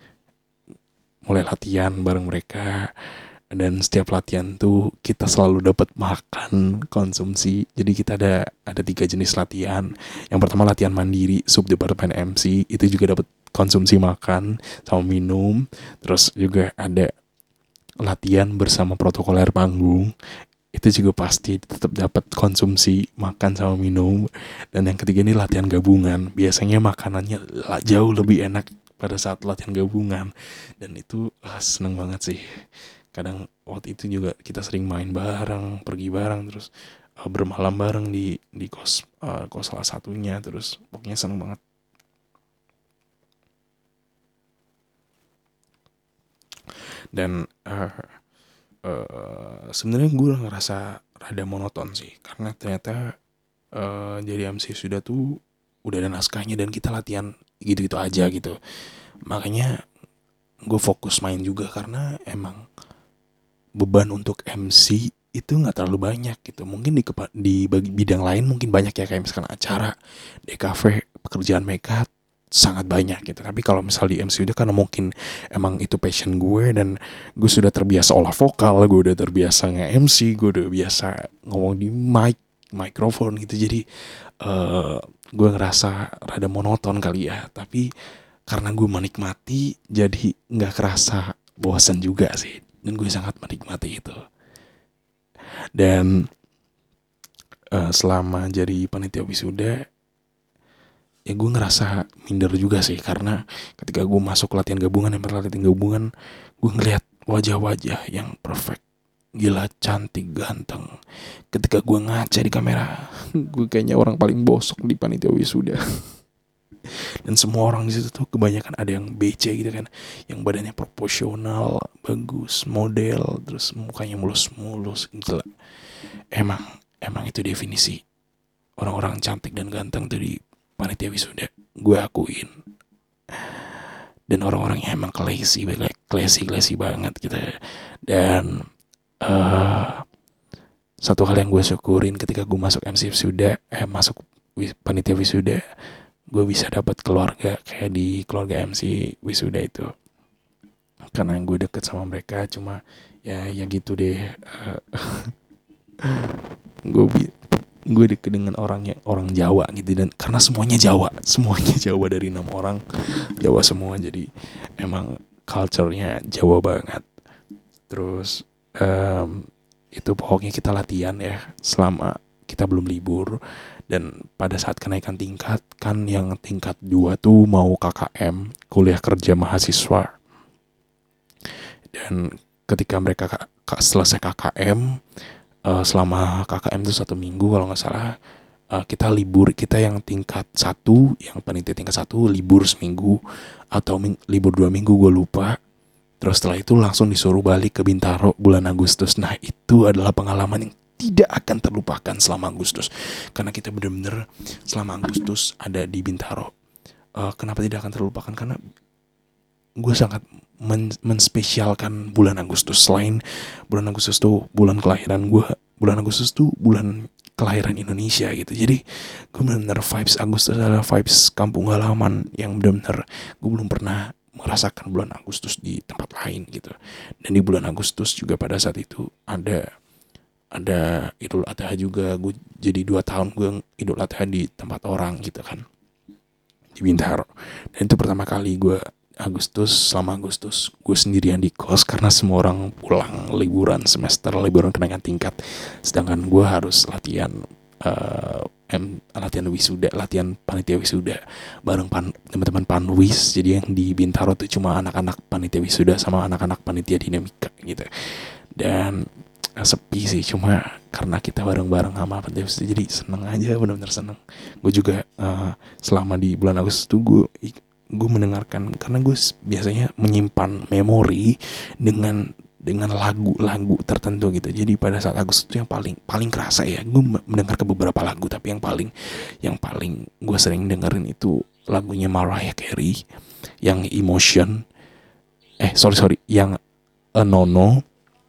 mulai latihan bareng mereka, dan setiap latihan tuh kita selalu dapat makan konsumsi. Jadi kita ada ada tiga jenis latihan. Yang pertama latihan mandiri sub departemen M C, itu juga dapat konsumsi makan sama minum. Terus juga ada latihan bersama protokoler panggung, itu juga pasti tetap dapat konsumsi makan sama minum. Dan yang ketiga ini latihan gabungan. Biasanya makanannya jauh lebih enak pada saat latihan gabungan, dan itu ah, seneng banget sih. Kadang waktu itu juga kita sering main bareng, pergi bareng, terus uh, bermalam bareng di di kos uh, kos salah satunya. Terus pokoknya seneng banget. Dan uh, uh, sebenarnya gue ngerasa rada monoton sih, karena ternyata uh, jadi M C sudah tuh udah ada naskahnya dan kita latihan gitu-gitu aja gitu. Makanya gue fokus main juga, karena emang beban untuk M C itu nggak terlalu banyak gitu. Mungkin di kepa- di bagi bidang lain mungkin banyak ya, kayak misalkan acara, D K V, pekerjaan makeup sangat banyak gitu. Tapi kalau misal di M C udah, karena mungkin emang itu passion gue, dan gue sudah terbiasa olah vokal, gue udah terbiasa nge-M C, gue udah biasa ngomong di mic, mikrofon gitu. Jadi uh, gue ngerasa rada monoton kali ya. Tapi karena gue menikmati, jadi nggak kerasa bosan juga sih. Dan gue sangat menikmati itu. Dan uh, selama jadi panitia wisuda, ya gue ngerasa minder juga sih, karena ketika gue masuk latihan gabungan, yang pernah latihan gabungan, gue ngeliat wajah-wajah yang perfect, gila, cantik, ganteng. Ketika gue ngaca di kamera, gue kayaknya orang paling bosok di panitia wisuda. Dan semua orang di situ tuh kebanyakan ada yang B C gitu kan, yang badannya proporsional, bagus, model, terus mukanya mulus-mulus, gila. Emang, emang itu definisi orang-orang cantik dan ganteng tuh di panitia wisuda, gue akuin. Dan orang-orangnya emang classy, classy, classy banget gitu. Dan uh, satu hal yang gue syukurin ketika gue masuk M C wisuda, eh masuk panitia wisuda, gue bisa dapat keluarga kayak di keluarga M C wisuda itu, karena gue deket sama mereka. Cuma ya ya gitu deh. Uh, gue gue deket dengan orang yang orang Jawa gitu, dan karena semuanya Jawa, semuanya Jawa dari enam orang Jawa semua, jadi emang culture-nya Jawa banget. Terus um, itu pokoknya kita latihan ya selama kita belum libur. Dan pada saat kenaikan tingkat kan, yang tingkat dua tuh mau K K M, kuliah kerja mahasiswa. Dan ketika mereka k- selesai K K M, uh, selama K K M itu satu minggu kalau nggak salah. Uh, kita libur, kita yang tingkat satu, yang panitia tingkat satu libur seminggu atau ming- libur dua minggu gue lupa. Terus setelah itu langsung disuruh balik ke Bintaro bulan Agustus. Nah itu adalah pengalaman yang tidak akan terlupakan selama Agustus, karena kita benar-benar selama Agustus ada di Bintaro. Uh, kenapa tidak akan terlupakan? Karena gue sangat men- menspesialkan bulan Agustus. Selain bulan Agustus tuh bulan kelahiran gue, bulan Agustus tuh bulan kelahiran Indonesia gitu. Jadi gue benar-benar vibes Agustus adalah vibes kampung halaman yang benar-benar gue belum pernah merasakan bulan Agustus di tempat lain gitu. Dan di bulan Agustus juga pada saat itu ada ada Idul Adha juga. Gue jadi dua tahun gue Idul Adha di tempat orang gitu kan, di Bintaro. Dan itu pertama kali gue Agustus, selama Agustus gue sendirian di kos karena semua orang pulang liburan semester, liburan kenaikan tingkat, sedangkan gue harus latihan uh, M, latihan wisuda, latihan panitia wisuda bareng pan, teman-teman panwis. Jadi yang di Bintaro tuh cuma anak-anak panitia wisuda sama anak-anak panitia dinamika gitu. Dan sepi sih, cuma karena kita bareng-bareng sama panitia wisuda jadi seneng aja, benar-benar seneng. Gue juga uh, selama di bulan Agustus tuh gue gue mendengarkan, karena gue biasanya menyimpan memori dengan dengan lagu-lagu tertentu gitu. Jadi pada saat Agustus itu yang paling paling kerasa ya, gue mendengar ke beberapa lagu, tapi yang paling yang paling gue sering dengerin itu lagunya Mariah Carey yang Emotion, eh sorry sorry yang A No No,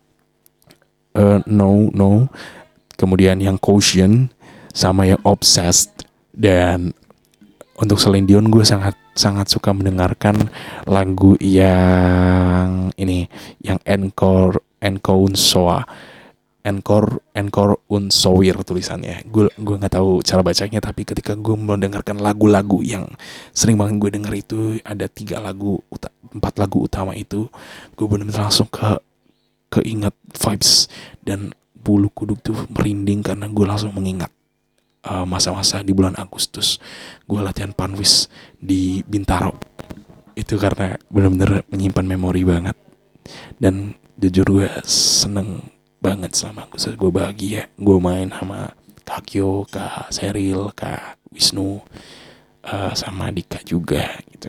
uh, No No, kemudian yang Caution sama yang Obsessed. Dan untuk Celine Dion gue sangat sangat suka mendengarkan lagu yang ini, yang Encore Encore Unsoa, Encore Encore Unsowir tulisannya. Gue gue nggak tahu cara bacanya, tapi ketika gue mendengarkan lagu-lagu yang sering banget gue denger itu, ada tiga lagu, empat lagu utama itu, gue benar-benar langsung ke keinget vibes dan bulu kuduk tuh merinding karena gue langsung mengingat Uh, masa-masa di bulan Agustus gue latihan panwis di Bintaro. Itu karena benar-benar menyimpan memori banget. Dan jujur gue seneng banget selama Agustus. Gue bahagia, gue main sama Kak Kyo, Kak Seril, Kak Wisnu, uh, sama Dika juga gitu.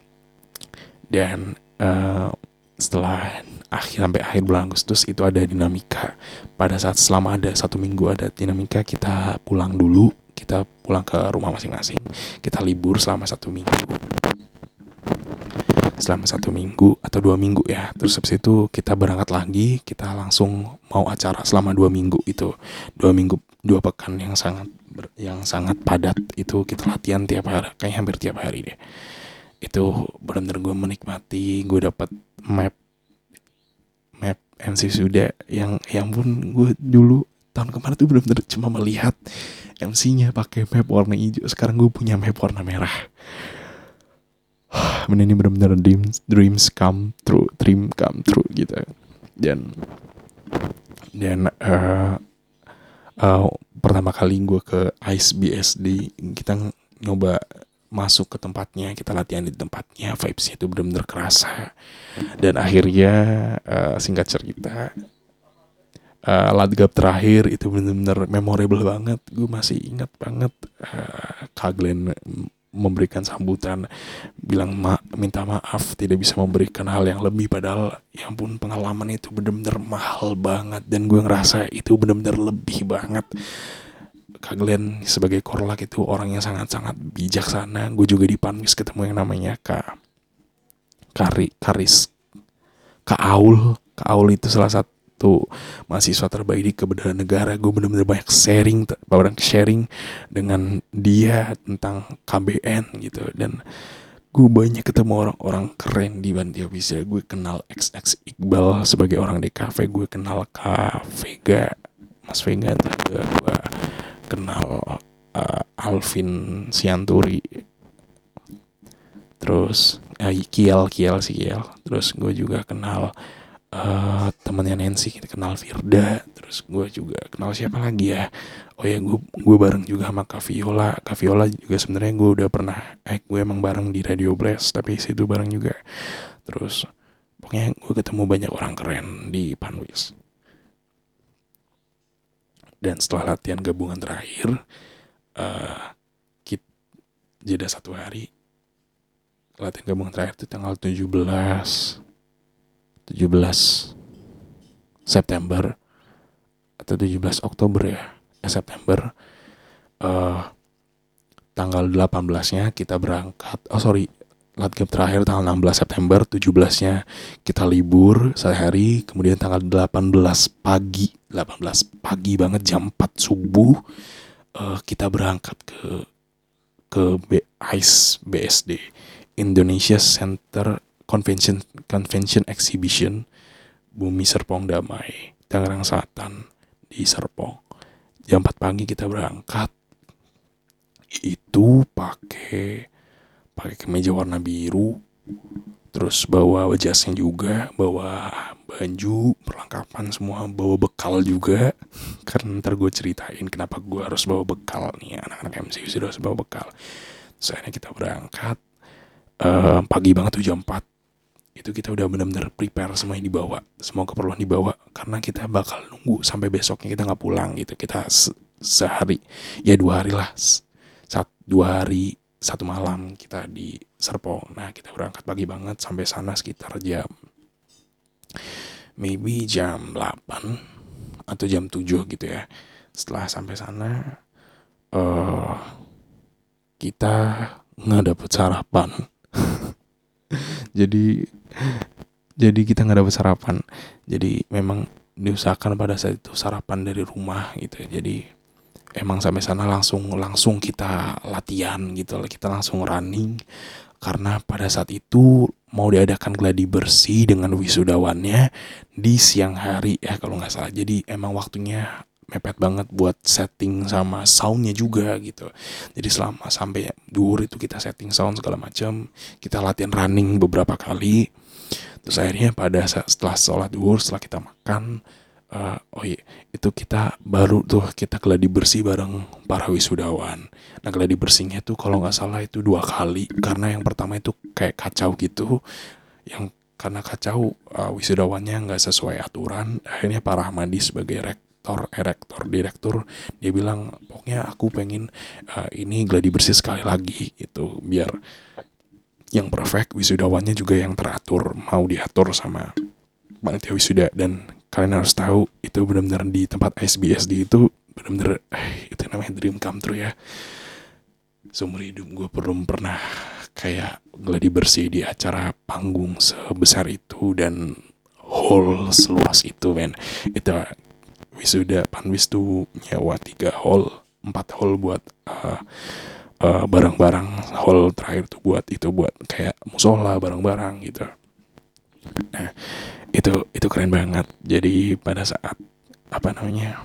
Dan uh, setelah akhir sampai akhir bulan Agustus itu ada dinamika. Pada saat selama ada satu minggu ada dinamika, kita pulang dulu, kita pulang ke rumah masing-masing, kita libur selama satu minggu, selama satu minggu atau dua minggu ya. Terus habis itu kita berangkat lagi, kita langsung mau acara selama dua minggu itu, dua minggu dua pekan yang sangat yang sangat padat itu. Kita latihan tiap hari, kayaknya hampir tiap hari deh. Itu benar-benar gue menikmati. Gue dapat map map M C sudah yang yang pun gue dulu tahun kemarin tuh benar-benar cuma melihat M C-nya pakai map warna hijau. Sekarang gue punya map warna merah. Bener ini benar-benar dreams dreams come true, dream come true gitu. Dan dan uh, uh, pertama kali gue ke Ice B S D, kita nyoba masuk ke tempatnya, kita latihan di tempatnya, vibes-nya itu benar-benar kerasa. Dan akhirnya uh, singkat cerita, uh, latgab terakhir itu benar-benar memorable banget. Gue masih ingat banget uh, Kak Glenn memberikan sambutan, bilang ma- minta maaf tidak bisa memberikan hal yang lebih, padahal ya ampun pengalaman itu benar-benar mahal banget dan gue ngerasa itu benar-benar lebih banget. Kak Glenn sebagai korlak itu orang yang sangat-sangat bijaksana. Gue juga di Panwis ketemu yang namanya Kak Kari, Karis, Kak Aul. Kak Aul itu salah satu mahasiswa terbaik di Kebenaran Negara. Gue benar-benar banyak sharing, banyak sharing dengan dia tentang K B N gitu. Dan gue banyak ketemu orang-orang keren di Bantia Bisa. Gue kenal X X Iqbal sebagai orang D K V. Gue kenal Kak Vega, Mas Vega juga. Gue kenal uh, Alvin Sianturi, terus uh, Kiel Kiel si Kiel. Terus gue juga kenal uh, temannya Nancy, kita kenal Firda. Terus gue juga kenal siapa lagi ya? Oh ya, gue gue bareng juga sama Kak Viola. Kak Viola juga sebenarnya gue udah pernah, eh gue emang bareng di Radio Blast, tapi situ bareng juga. Terus pokoknya gue ketemu banyak orang keren di Panwis. Dan setelah latihan gabungan terakhir, uh, kita jeda satu hari. Latihan gabungan terakhir itu tanggal tujuh belas September atau tujuh belas Oktober ya, eh, September. Uh, tanggal delapan belasnya kita berangkat. Oh sorry, latihan terakhir tanggal enam belas September, tujuh belasnya kita libur sehari. Kemudian tanggal delapan belas pagi, delapan belas pagi banget jam empat subuh, uh, kita berangkat ke ke B I S B S D, Indonesia Center Convention Convention Exhibition, Bumi Serpong Damai, Tangerang Selatan di Serpong. Jam empat pagi kita berangkat. Itu pakai pakai kemeja warna biru, terus bawa jasnya juga, bawa baju, perlengkapan semua, bawa bekal juga. Karena ntar gue ceritain kenapa gue harus bawa bekal nih, anak-anak M C sudah harus bawa bekal. Terus akhirnya kita berangkat uh, pagi banget tuh jam empat. Itu kita udah benar-benar prepare semua yang dibawa, semua keperluan dibawa, karena kita bakal nunggu sampai besoknya, kita nggak pulang gitu. Kita se- sehari, ya dua hari lah, Sat, dua hari satu malam kita di Serpong. Nah kita berangkat pagi banget, sampai sana sekitar jam maybe jam delapan atau jam tujuh gitu ya. Setelah sampai sana uh, kita nggak dapet sarapan. jadi jadi kita nggak dapet sarapan. Jadi memang diusahakan pada saat itu sarapan dari rumah gitu. Jadi emang sampai sana langsung langsung kita latihan gitu, kita langsung running, karena pada saat itu mau diadakan gladi bersih dengan wisudawannya di siang hari ya kalau nggak salah. Jadi emang waktunya mepet banget buat setting sama soundnya juga gitu. Jadi selama sampai duhur itu kita setting sound segala macam, kita latihan running beberapa kali. Terus akhirnya pada saat setelah sholat duhur, setelah kita makan, Uh, oh iya, itu kita baru tuh kita gladi bersih bareng para wisudawan. Nah gladi bersihnya tuh kalau nggak salah itu dua kali, karena yang pertama itu kayak kacau gitu, yang karena kacau uh, wisudawannya nggak sesuai aturan. Akhirnya Pak Rahmadi sebagai rektor, eh, rektor direktur, dia bilang pokoknya aku pengen uh, ini gladi bersih sekali lagi gitu, biar yang perfect, wisudawannya juga yang teratur, mau diatur sama panitia wisuda. Dan kalian harus tahu itu benar-benar di tempat I S B S D itu benar-benar eh, itu namanya dream come true ya. Seumur hidup gue belum pernah kayak gladi bersih di acara panggung sebesar itu dan hall seluas itu, men. Itu wisuda Panwis tuh nyewa tiga hall, empat hall buat uh, uh, barang-barang. Hall terakhir tuh buat itu buat kayak musola barang-barang gitu. Nah itu itu keren banget. Jadi pada saat apa namanya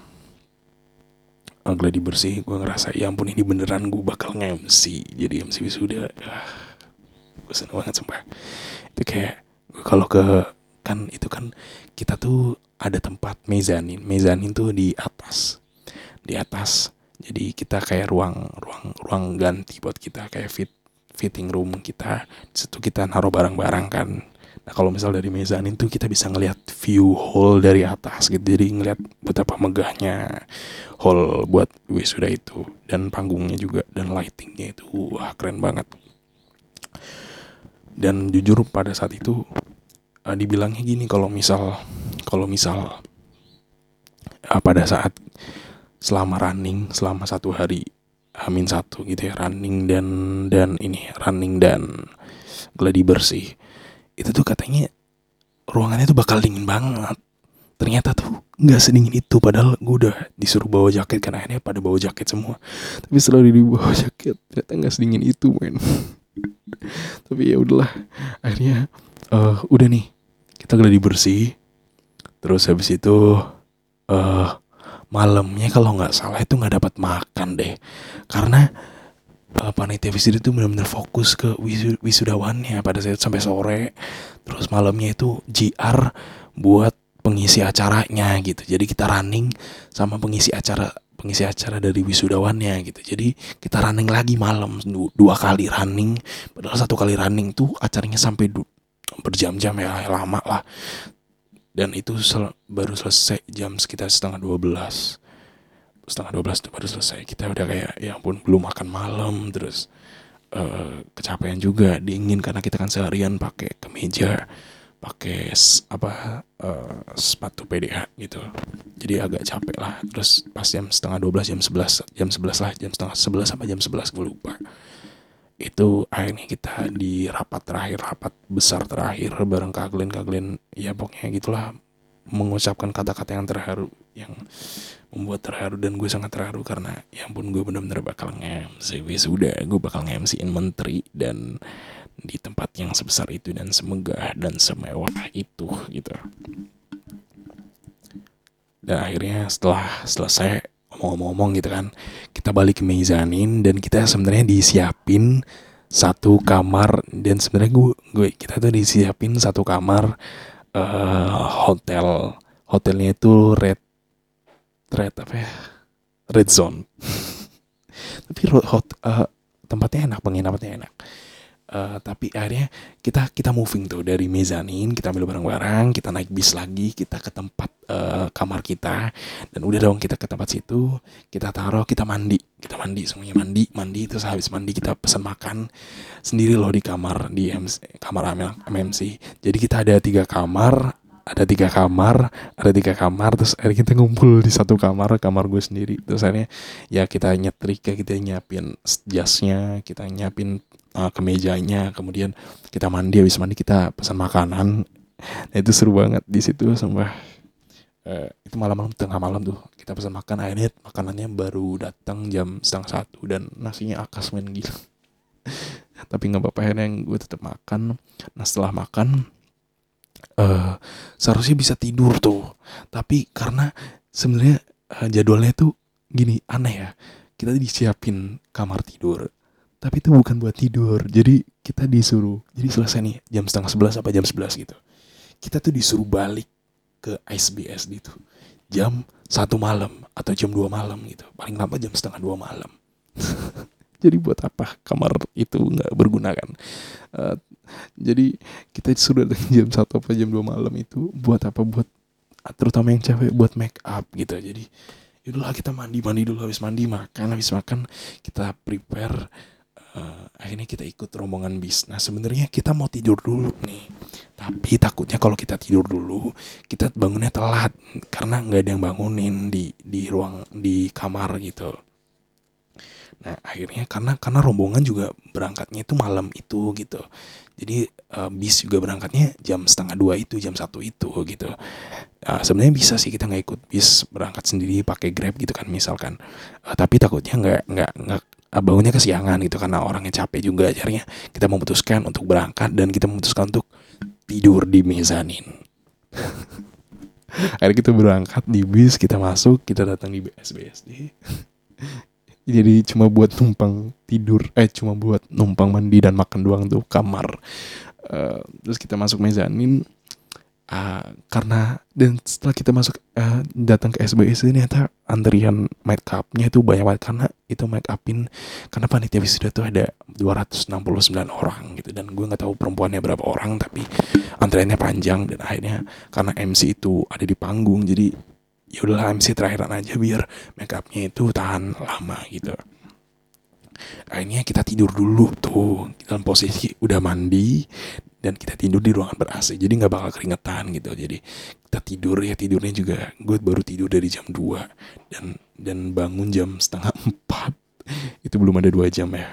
gladi bersih, gue ngerasa ya ampun ini beneran gue bakal nge-M C, jadi M C wisuda. Ah, gue seneng banget sumpah. Itu kayak kalau ke kan itu kan kita tuh ada tempat mezanin, mezanin tuh di atas, di atas. Jadi kita kayak ruang ruang ruang ganti buat kita, kayak fit fitting room kita. Di situ kita naruh barang-barang kan. Nah kalau misal dari mezanin tuh kita bisa ngelihat view hall dari atas gitu. Jadi ngelihat betapa megahnya hall buat wisuda itu, dan panggungnya juga, dan lightingnya itu wah keren banget. Dan jujur pada saat itu uh, dibilangnya gini, kalau misal kalau misal uh, pada saat selama running selama satu hari hamin satu gitu ya, running dan dan ini running dan gladi bersih, itu tuh katanya ruangannya tuh bakal dingin banget. Ternyata tuh nggak sedingin itu, padahal gue udah disuruh bawa jaket kan, akhirnya pada bawa jaket semua. Tapi setelah dibawa jaket ternyata nggak sedingin itu, men. Tapi ya udahlah, akhirnya uh, udah nih kita gladi bersih. Terus habis itu uh, malamnya kalau nggak salah itu nggak dapat makan deh, karena Uh, panitia wisuda itu benar-benar fokus ke wisu, wisudawannya pada saat sampai sore. Terus malamnya itu G R buat pengisi acaranya gitu. Jadi kita running sama pengisi acara pengisi acara dari wisudawannya gitu. Jadi kita running lagi malam, du, dua kali running. Padahal satu kali running tuh acaranya sampai du, berjam-jam ya, lama lah. Dan itu sel, baru selesai jam sekitar setengah dua belas. setengah dua belas tuh baru selesai. Kita udah kayak ya ampun, belum makan malam, terus uh, kecapean juga, dingin karena kita kan seharian pakai kemeja, pakai apa uh, sepatu P D H gitu, jadi agak capek lah. Terus pas jam setengah dua belas, jam sebelas, jam sebelas lah, jam setengah sebelas sampai jam sebelas gue lupa, itu akhirnya kita di rapat terakhir, rapat besar terakhir bareng Kaglin Kaglin ya pokoknya gitulah, mengucapkan kata-kata yang terharu, yang membuat terharu. Dan gue sangat terharu karena ya ampun, gue benar-benar bakal nge-M C wisuda, gue bakal nge-M C-in menteri dan di tempat yang sebesar itu dan semegah dan semewah itu gitu. Dan akhirnya setelah selesai ngomong-ngomong gitu kan, kita balik ke mezanin dan kita sebenarnya disiapin satu kamar. Dan sebenarnya gue, gue kita tuh disiapin satu kamar uh, hotel. Hotelnya itu red red apa ya? Red zone. Tapi hot, uh, tempatnya enak, penginapannya enak. Uh, tapi akhirnya kita kita moving tuh dari mezanin, kita ambil barang-barang, kita naik bis lagi, kita ke tempat uh, kamar kita. Dan udah dong, kita ke tempat situ, kita taruh, kita mandi, kita mandi semuanya, mandi, mandi terus habis mandi kita pesan makan sendiri loh di kamar, di M C, kamar M M C. Jadi kita ada tiga kamar, ada tiga kamar, ada tiga kamar, terus akhirnya kita ngumpul di satu kamar, kamar gue sendiri. Terus akhirnya ya kita nyetrika, kita nyiapin jasnya, kita nyiapin uh, kemejanya, kemudian kita mandi, habis mandi kita pesan makanan. Nah itu seru banget di situ, sumpah. Uh, itu malam-malam, tengah malam tuh kita pesan makan, akhirnya makanannya baru datang jam setengah satu dan nasinya akas men, gila. Tapi nggak apa-apa, akhirnya gue tetap makan. Nah setelah makan, Uh, seharusnya bisa tidur tuh, tapi karena sebenarnya uh, jadwalnya tuh gini, aneh ya. Kita disiapin kamar tidur, tapi itu bukan buat tidur. Jadi kita disuruh, jadi selesai nih jam setengah sebelas apa jam sebelas gitu, kita tuh disuruh balik ke S B S gitu jam satu malam atau jam dua malam gitu, paling lama jam setengah dua malam. Jadi buat apa kamar itu nggak berguna kan? Uh, jadi kita sudah jam satu apa jam dua malam itu buat apa? Buat terutama yang cewek buat make up gitu. Jadi yaudahlah kita mandi mandi dulu, habis mandi makan, habis makan kita prepare. Uh, akhirnya kita ikut rombongan bis. Nah sebenarnya kita mau tidur dulu nih, tapi takutnya kalau kita tidur dulu kita bangunnya telat karena nggak ada yang bangunin di di ruang di kamar gitu. Nah akhirnya karena karena rombongan juga berangkatnya itu malam itu gitu, jadi uh, bis juga berangkatnya jam setengah dua itu, jam satu itu gitu. Uh, sebenarnya bisa sih kita nggak ikut bis, berangkat sendiri pakai Grab gitu kan misalkan. Uh, tapi takutnya nggak nggak nggak uh, bangunnya kesiangan gitu karena orangnya capek juga. Akhirnya kita memutuskan untuk berangkat dan kita memutuskan untuk tidur di mezanin. Akhirnya kita berangkat di bis, kita masuk, kita datang di S B S D. Jadi cuma buat numpang tidur, eh cuma buat numpang mandi dan makan doang tuh kamar. Uh, terus kita masuk mezanin, uh, karena dan setelah kita masuk uh, datang ke S B S ini ternyata antrian make upnya itu banyak banget karena itu make upin, karena panitia wisuda tuh ada dua ratus enam puluh sembilan orang gitu, dan gue nggak tahu perempuannya berapa orang, tapi antriannya panjang. Dan akhirnya karena M C itu ada di panggung, jadi ya udahlah M C terakhiran aja biar make upnya itu tahan lama gitu. Akhirnya kita tidur dulu tuh dalam posisi udah mandi dan kita tidur di ruangan ber-A C, jadi nggak bakal keringetan gitu. Jadi kita tidur ya, tidurnya juga gue baru tidur dari jam dua dan dan bangun jam setengah empat. Itu belum ada dua jam ya.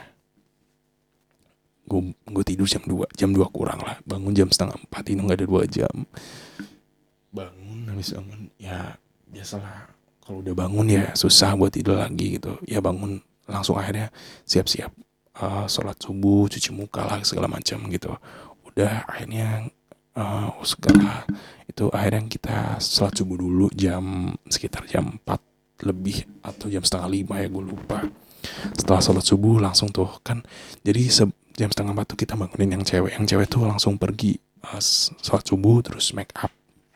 Gue gue tidur jam dua, jam dua kurang lah. Bangun jam setengah empat, itu nggak ada dua jam. Bangun habis bangun ya biasalah, kalau udah bangun ya susah buat tidur lagi gitu. Ya bangun langsung akhirnya siap-siap uh, sholat subuh, cuci muka lah segala macam gitu. Udah akhirnya uh, segala itu akhirnya kita sholat subuh dulu jam sekitar jam empat lebih atau jam setengah lima ya, gue lupa. Setelah sholat subuh langsung tuh kan, jadi se- jam setengah empat tuh kita bangunin yang cewek. Yang cewek tuh langsung pergi uh, sholat subuh terus make up.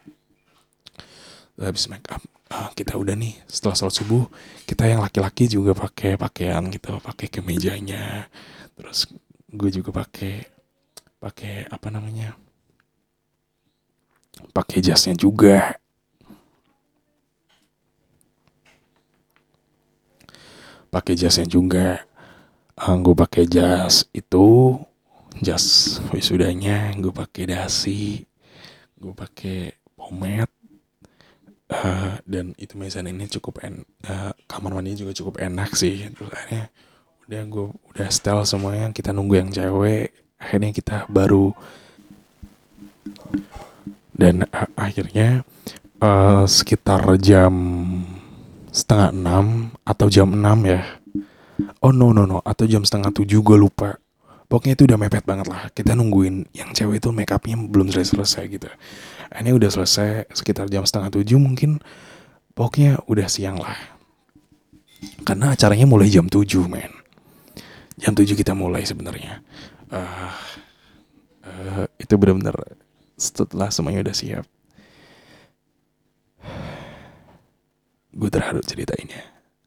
Habis make up uh, kita udah nih, setelah sholat subuh kita yang laki-laki juga pakai pakaian gitu, pakai kemejanya, terus gue juga pakai pakai apa namanya pakai jasnya juga. pakai jasnya juga. Uh, gue pakai jas itu, jas wisudanya. Gue pakai dasi, gue pakai pomade, uh, dan itu mezaninnya cukup en, uh, kamar mandinya juga cukup enak sih. Terus akhirnya udah gue udah setel semuanya, kita nunggu yang cewek. Akhirnya kita baru dan uh, akhirnya uh, sekitar jam setengah enam atau jam enam ya. Oh no no no atau jam setengah tujuh, gue lupa. Pokoknya itu udah mepet banget lah. Kita nungguin yang cewek itu make upnya belum selesai-selesai gitu. Ini udah selesai sekitar jam setengah tujuh mungkin. Pokoknya udah siang lah. Karena acaranya mulai jam tujuh men. Jam tujuh kita mulai sebenarnya. Uh, uh, itu benar-benar setelah semuanya udah siap. Gue terharu ceritainnya.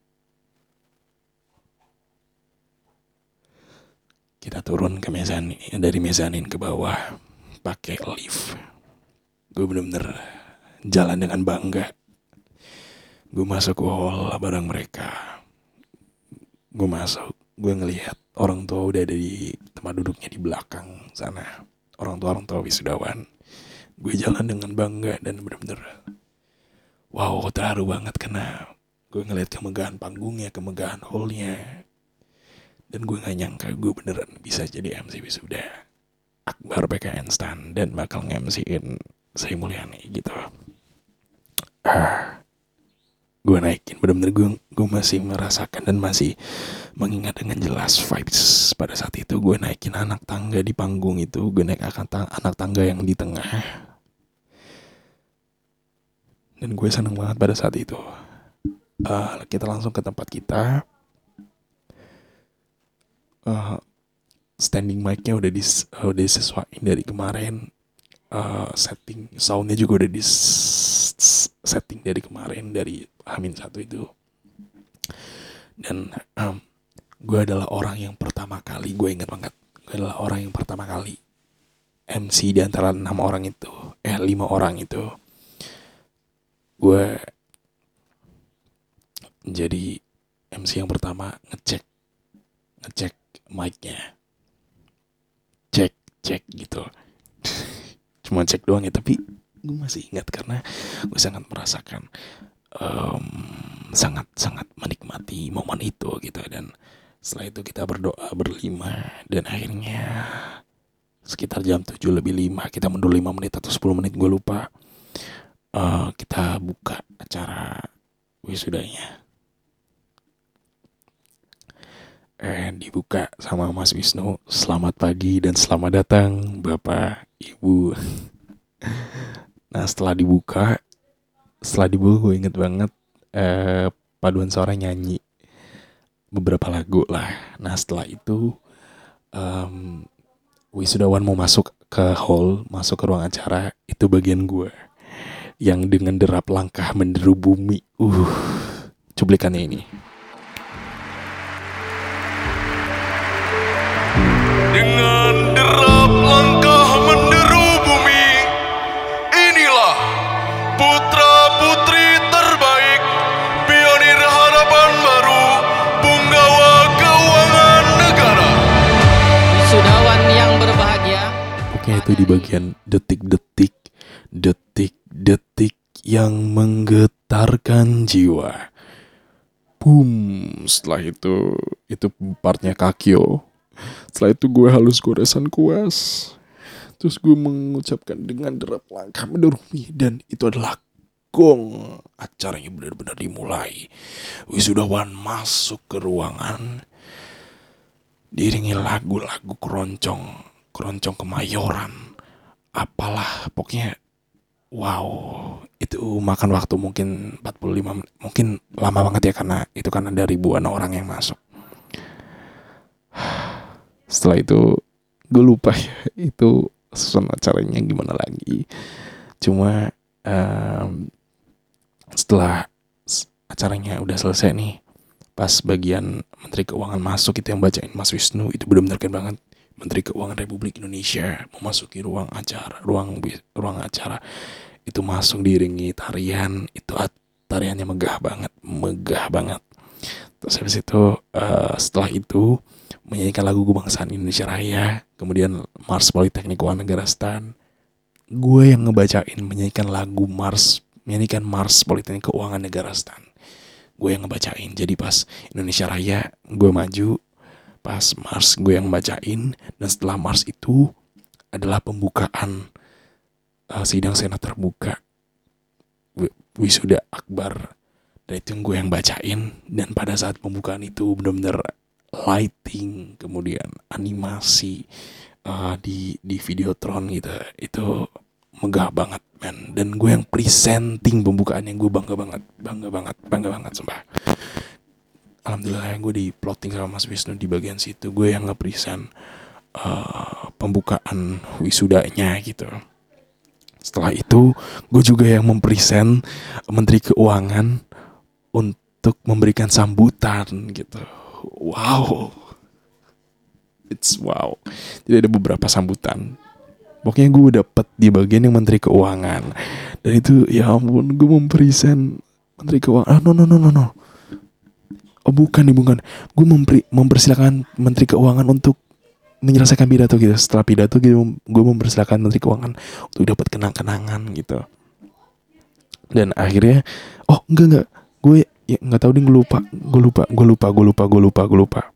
Kita turun ke mezanin, dari mezanin ke bawah pakai lift. Gue bener-bener jalan dengan bangga. Gue masuk ke hall bareng mereka. Gue masuk, gue ngelihat orang tua udah ada di tempat duduknya di belakang sana. Orang tua-orang tua wisudawan. Gue jalan dengan bangga dan bener-bener wow, terharu banget karena gue ngeliat kemegahan panggungnya, kemegahan hallnya. Dan gue gak nyangka gue beneran bisa jadi M C wisuda Akbar P K N Stan dan bakal nge-M C-in Sri Mulyani gitu. Ah, gue naikin, bener-bener gue, gue masih merasakan dan masih mengingat dengan jelas vibes pada saat itu. Gue naikin anak tangga di panggung itu, gue naik akan anak tangga yang di tengah. Dan gue seneng banget pada saat itu. Uh, kita langsung ke tempat kita. Uh, standing mic-nya udah dis, uh, udah disesuaiin dari kemarin. Uh, setting soundnya juga udah dis setting dari kemarin, dari Hamin satu itu. Dan um, gue adalah orang yang pertama kali, gue ingat banget, gue adalah orang yang pertama kali M C di antara enam orang itu, eh lima orang itu. Gue jadi M C yang pertama ngecek ngecek mic-nya, cek cek gitu. Cuma cek doang ya, tapi gue masih ingat karena gue sangat merasakan, um, sangat sangat menikmati momen itu gitu. Dan setelah itu kita berdoa berlima dan akhirnya sekitar jam tujuh lebih lima, kita mundur lima menit atau sepuluh menit gue lupa, uh, kita buka acara wisudanya. Eh, dibuka sama Mas Wisnu. Selamat pagi dan selamat datang Bapak Ibu. Nah setelah dibuka Setelah dibuka gue inget banget, eh, paduan suara nyanyi beberapa lagu lah. Nah setelah itu um, wisudawan mau masuk ke hall, masuk ke ruang acara. Itu bagian gue yang dengan derap langkah menderu bumi. Uh, cuplikannya ini. Dengan derap langkah menderu bumi, inilah putra-putri terbaik, pionir harapan baru, punggawa keuangan negara. Wisudawan yang berbahagia. Oke, itu di bagian detik-detik, detik-detik yang menggetarkan jiwa. Boom, setelah itu, itu partnya Kakyo. Setelah itu gue halus goresan kuas. Terus gue mengucapkan dengan derap langkah menderu bumi. Dan itu adalah gong. Acaranya benar-benar dimulai. Wisudawan masuk ke ruangan, diiringi lagu-lagu keroncong, keroncong Kemayoran, apalah pokoknya. Wow, itu makan waktu mungkin empat puluh lima menit. Mungkin lama banget ya, karena itu kan ada ribuan orang yang masuk. Setelah itu gue lupa ya itu susun acaranya gimana lagi. Cuma um, setelah acaranya udah selesai nih, pas bagian Menteri Keuangan masuk, itu yang bacain Mas Wisnu. Itu benar-benar keren banget. Menteri Keuangan Republik Indonesia memasuki ruang acara, ruang ruang acara itu masuk diiringi tarian. Itu tariannya megah banget, megah banget. Terus habis itu uh, setelah itu menyanyikan lagu Kebangsaan Indonesia Raya, kemudian Mars Politeknik Keuangan Negara Stan. Gue yang ngebacain menyanyikan lagu Mars, menyanyikan Mars Politeknik Keuangan Negara Stan. Gue yang ngebacain. Jadi pas Indonesia Raya gue maju, pas Mars gue yang ngebacain, dan setelah Mars itu adalah pembukaan uh, sidang senat terbuka wisuda akbar, dan itu yang gue yang bacain. Dan pada saat pembukaan itu benar-benar lighting, kemudian animasi uh, di di Videotron gitu, itu megah banget men. Dan gue yang presenting pembukaannya, gue bangga banget, bangga banget, bangga banget sumpah. Alhamdulillah yang gue di plotting sama Mas Wisnu di bagian situ, gue yang nge-present uh, pembukaan wisudanya gitu. Setelah itu gue juga yang mempresent Menteri Keuangan untuk memberikan sambutan gitu. Wow, it's wow. Jadi ada beberapa sambutan. Pokoknya gue dapet di bagian yang Menteri Keuangan, dan itu ya ampun, gue mempresent Menteri Keuangan. Ah, no no no no no. Oh bukan nih bukan. Gue mempri- mempersilakan Menteri Keuangan untuk menyelesaikan pidato gitu. Setelah pidato gitu, gue mempersilakan Menteri Keuangan untuk dapat kenang-kenangan gitu. Dan akhirnya, oh enggak enggak, gue ya nggak tahu deh, gue lupa, gue lupa, gue lupa, gue lupa, gue lupa, gue lupa,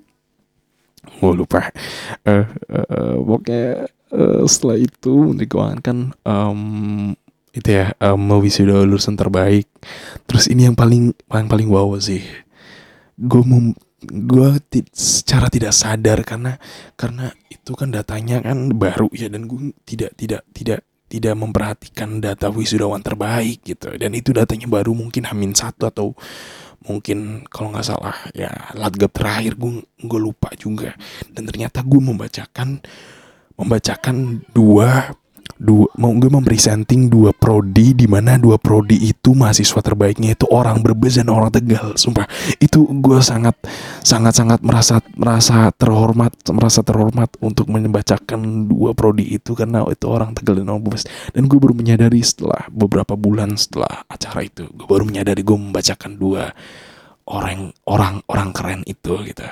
gue lupa. Uh, uh, pokoknya uh, setelah itu Menteri Keuangan kan um, itu ya um, mewisuda lulusan terbaik. Terus ini yang paling paling paling wow sih. Gue mem gue t- secara tidak sadar karena karena itu kan datanya kan baru ya, dan gue tidak tidak tidak tidak memperhatikan data wisudawan terbaik gitu, dan itu datanya baru mungkin Hamin satu atau mungkin kalau nggak salah ya Latgab terakhir, gue gue lupa juga. Dan ternyata gue membacakan membacakan dua dua mau gue mempresenting dua prodi, di mana dua prodi itu mahasiswa terbaiknya itu orang Brebes dan orang Tegal. Sumpah itu gue sangat sangat sangat merasa merasa terhormat merasa terhormat untuk membacakan dua prodi itu, karena itu orang Tegal dan orang Brebes. Dan gue baru menyadari setelah beberapa bulan setelah acara itu, gue baru menyadari gue membacakan dua orang orang orang keren itu gitu.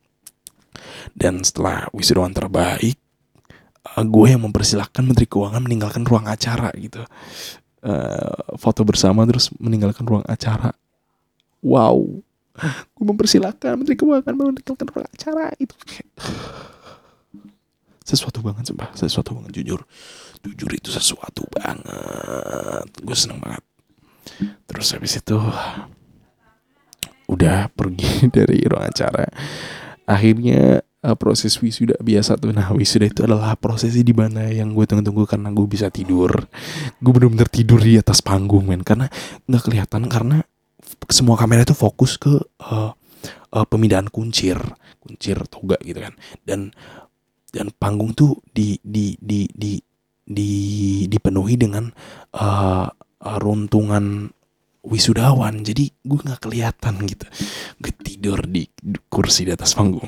Dan setelah wisudawan terbaik, gue yang mempersilahkan Menteri Keuangan meninggalkan ruang acara gitu, uh, foto bersama terus meninggalkan ruang acara. Wow, gue mempersilahkan Menteri Keuangan meninggalkan ruang acara, itu kayak sesuatu banget sumpah, sesuatu banget, jujur jujur itu sesuatu banget, gue seneng banget. Terus habis itu udah pergi dari ruang acara, akhirnya Uh, proses wisuda biasa tuh. Nah wisuda itu adalah prosesi di mana yang gue tunggu-tunggu, karena gue bisa tidur. Gue benar-benar tidur di atas panggung men, karena nggak kelihatan karena semua kamera itu fokus ke uh, uh, pemindahan kuncir, kuncir toga gitu kan. Dan dan panggung tuh di di di di di dipenuhi dengan uh, uh, runtungan wisudawan. Jadi gue nggak kelihatan gitu. Gue tidur di kursi di atas panggung.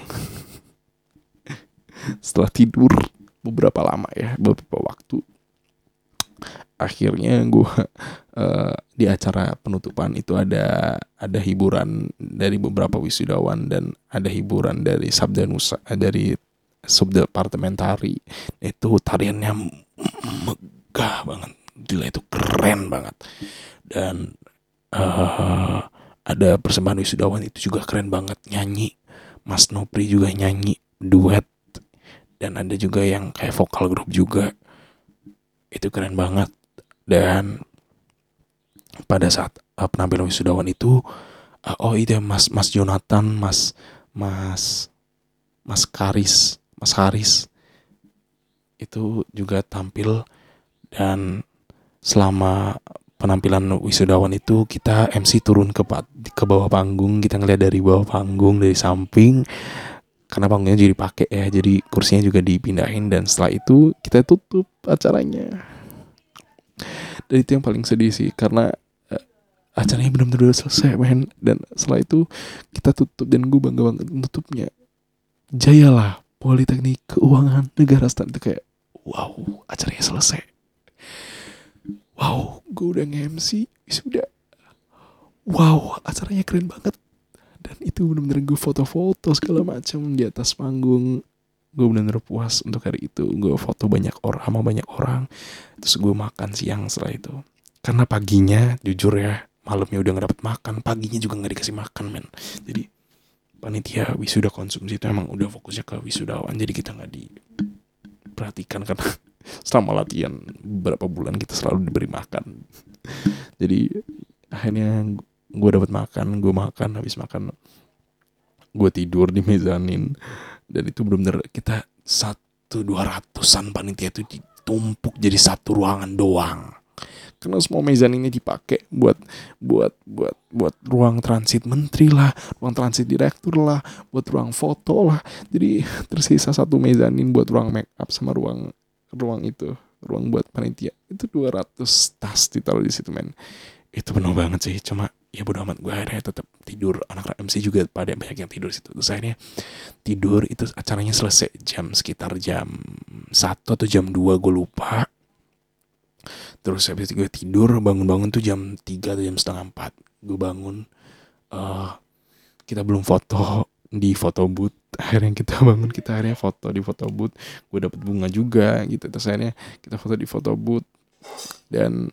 Setelah tidur beberapa lama ya, beberapa waktu, akhirnya gue uh, di acara penutupan itu ada ada hiburan dari beberapa wisudawan, dan ada hiburan dari Sabda Nusa, dari subdepartemen tari. Itu tariannya megah banget, gila itu keren banget. Dan uh, ada persembahan wisudawan itu juga keren banget, nyanyi Mas Nopri juga nyanyi duet. Dan ada juga yang kayak vokal grup juga, itu keren banget. Dan pada saat uh, penampilan wisudawan itu, uh, oh itu ya Mas Mas Jonathan, Mas Mas Mas Karis, Mas Haris itu juga tampil. Dan selama penampilan wisudawan itu kita M C turun ke ke bawah panggung, kita ngeliat dari bawah panggung, dari samping. Karena panggungnya jadi pakai ya, jadi kursinya juga dipindahin. Dan setelah itu kita tutup acaranya. Dan itu yang paling sedih sih, karena uh, acaranya benar-benar udah selesai men. Dan setelah itu kita tutup, dan gue bangga banget tutupnya. Jayalah Politeknik Keuangan Negara Stan. Itu kayak wow, acaranya selesai. Wow, gue udah nge-M C wisuda. Wow, acaranya keren banget. Dan itu itu bener-bener gue foto-foto segala macam di atas panggung. Gue bener-bener puas untuk hari itu. Gue foto banyak orang sama banyak orang. Terus gue makan siang setelah itu. Karena paginya jujur ya, malamnya udah gak dapet makan, paginya juga gak dikasih makan men. Jadi panitia wisuda konsumsi itu emang udah fokusnya ke wisudawan. Jadi kita gak diperhatikan karena selama latihan beberapa bulan kita selalu diberi makan. Jadi akhirnya gue dapat makan, gue makan, habis makan gue tidur di mezanin. Dan itu benar-benar kita satu dua ratusan panitia itu ditumpuk jadi satu ruangan doang. Karena semua mezaninnya dipakai buat buat buat buat ruang transit menteri lah, ruang transit direktur lah, buat ruang foto lah. Jadi tersisa satu mezanin buat ruang make up sama ruang ruang itu, ruang buat panitia. Itu dua ratus tas ditaruh di situ men. Itu penuh banget sih, cuma ya bodo amat, gue akhirnya tetap tidur. Anak M C juga pada banyak yang tidur situ. Terus akhirnya tidur, itu acaranya selesai jam sekitar jam satu atau jam dua gue lupa. Terus habis itu gue tidur, bangun-bangun tuh jam tiga atau jam setengah empat. Gue bangun, uh, kita belum foto di foto booth. Akhirnya kita bangun, kita akhirnya foto di foto booth. Gue dapet bunga juga gitu. Terus akhirnya kita foto di foto booth. Dan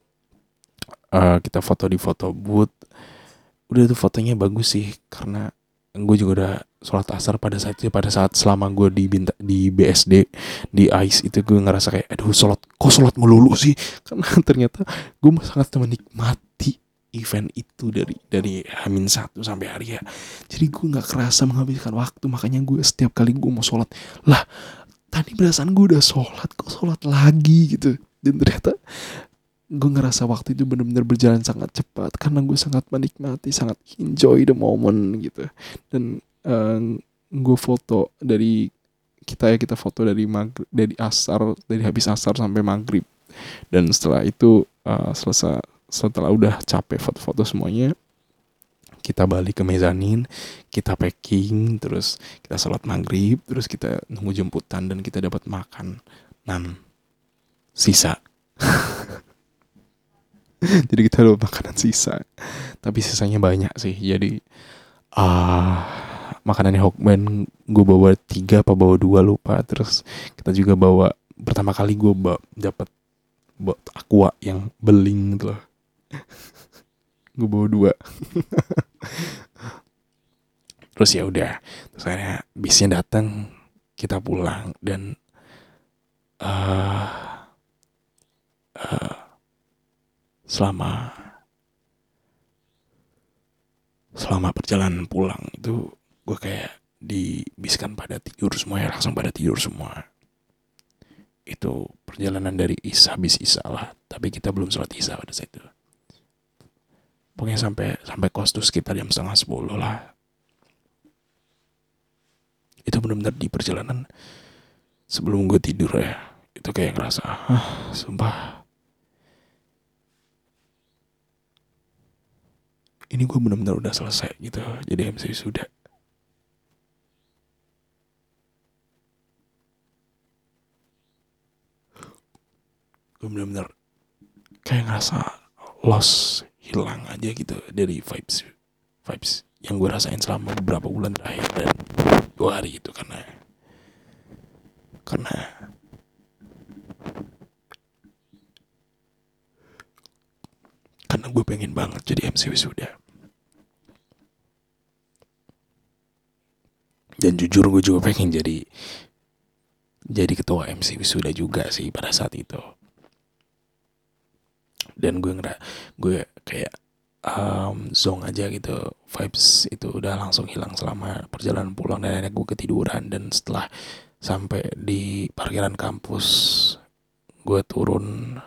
uh, kita foto di foto booth. Udah tuh fotonya bagus sih, karena gue juga udah sholat asar pada saat itu. Pada saat selama gue di Binta, di B S D, di A I S itu gue ngerasa kayak aduh sholat, kok sholat melulu sih. Karena ternyata gue sangat menikmati event itu dari dari Hamin satu sampai hari ya. Jadi gue nggak kerasa menghabiskan waktu. Makanya gue setiap kali gue mau sholat, lah tadi perasaan gue udah sholat, kok sholat lagi gitu. Dan ternyata gue ngerasa waktu itu benar-benar berjalan sangat cepat karena gue sangat menikmati, sangat enjoy the moment gitu. Dan uh, gue foto dari kita ya kita foto dari maghrib, dari asar, dari habis asar sampai maghrib. Dan setelah itu uh, selesai setelah udah capek foto-foto semuanya, kita balik ke mezanin, kita packing, terus kita sholat maghrib, terus kita nunggu jemputan dan kita dapat makan nan sisa. Jadi kita dapat makanan sisa, tapi sisanya banyak sih. Jadi ah uh, makanannya Hokben gue bawa tiga apa bawa dua lupa. Terus kita juga bawa, pertama kali gue bawa dapat buat aqua yang beling gitu loh. Gue bawa dua. Terus ya udah, terus akhirnya bisnya datang, kita pulang. Dan uh, uh, selama selama perjalanan pulang itu gue kayak dibiskan pada tidur semua ya, langsung pada tidur semua. Itu perjalanan dari Isya habis Isya lah, tapi kita belum sholat Isya pada saat itu. Pokoknya sampai sampai kos tuh sekitar jam setengah sepuluh lah. Itu benar-benar di perjalanan sebelum gue tidur ya, itu kayak ngerasa ah sumpah ini gue benar-benar udah selesai gitu jadi M C sudah. Gue benar-benar kayak ngerasa lost, hilang aja gitu dari vibes vibes yang gue rasain selama beberapa bulan terakhir dan dua hari itu. Karena karena karena gue pengen banget jadi M C wisuda. Dan jujur gue juga pengen jadi jadi ketua M C wisuda juga sih pada saat itu. Dan gue ngera gue kayak um, zong aja gitu, vibes itu udah langsung hilang selama perjalanan pulang. Dan akhirnya gue ketiduran. Dan setelah sampai di parkiran kampus, gue turun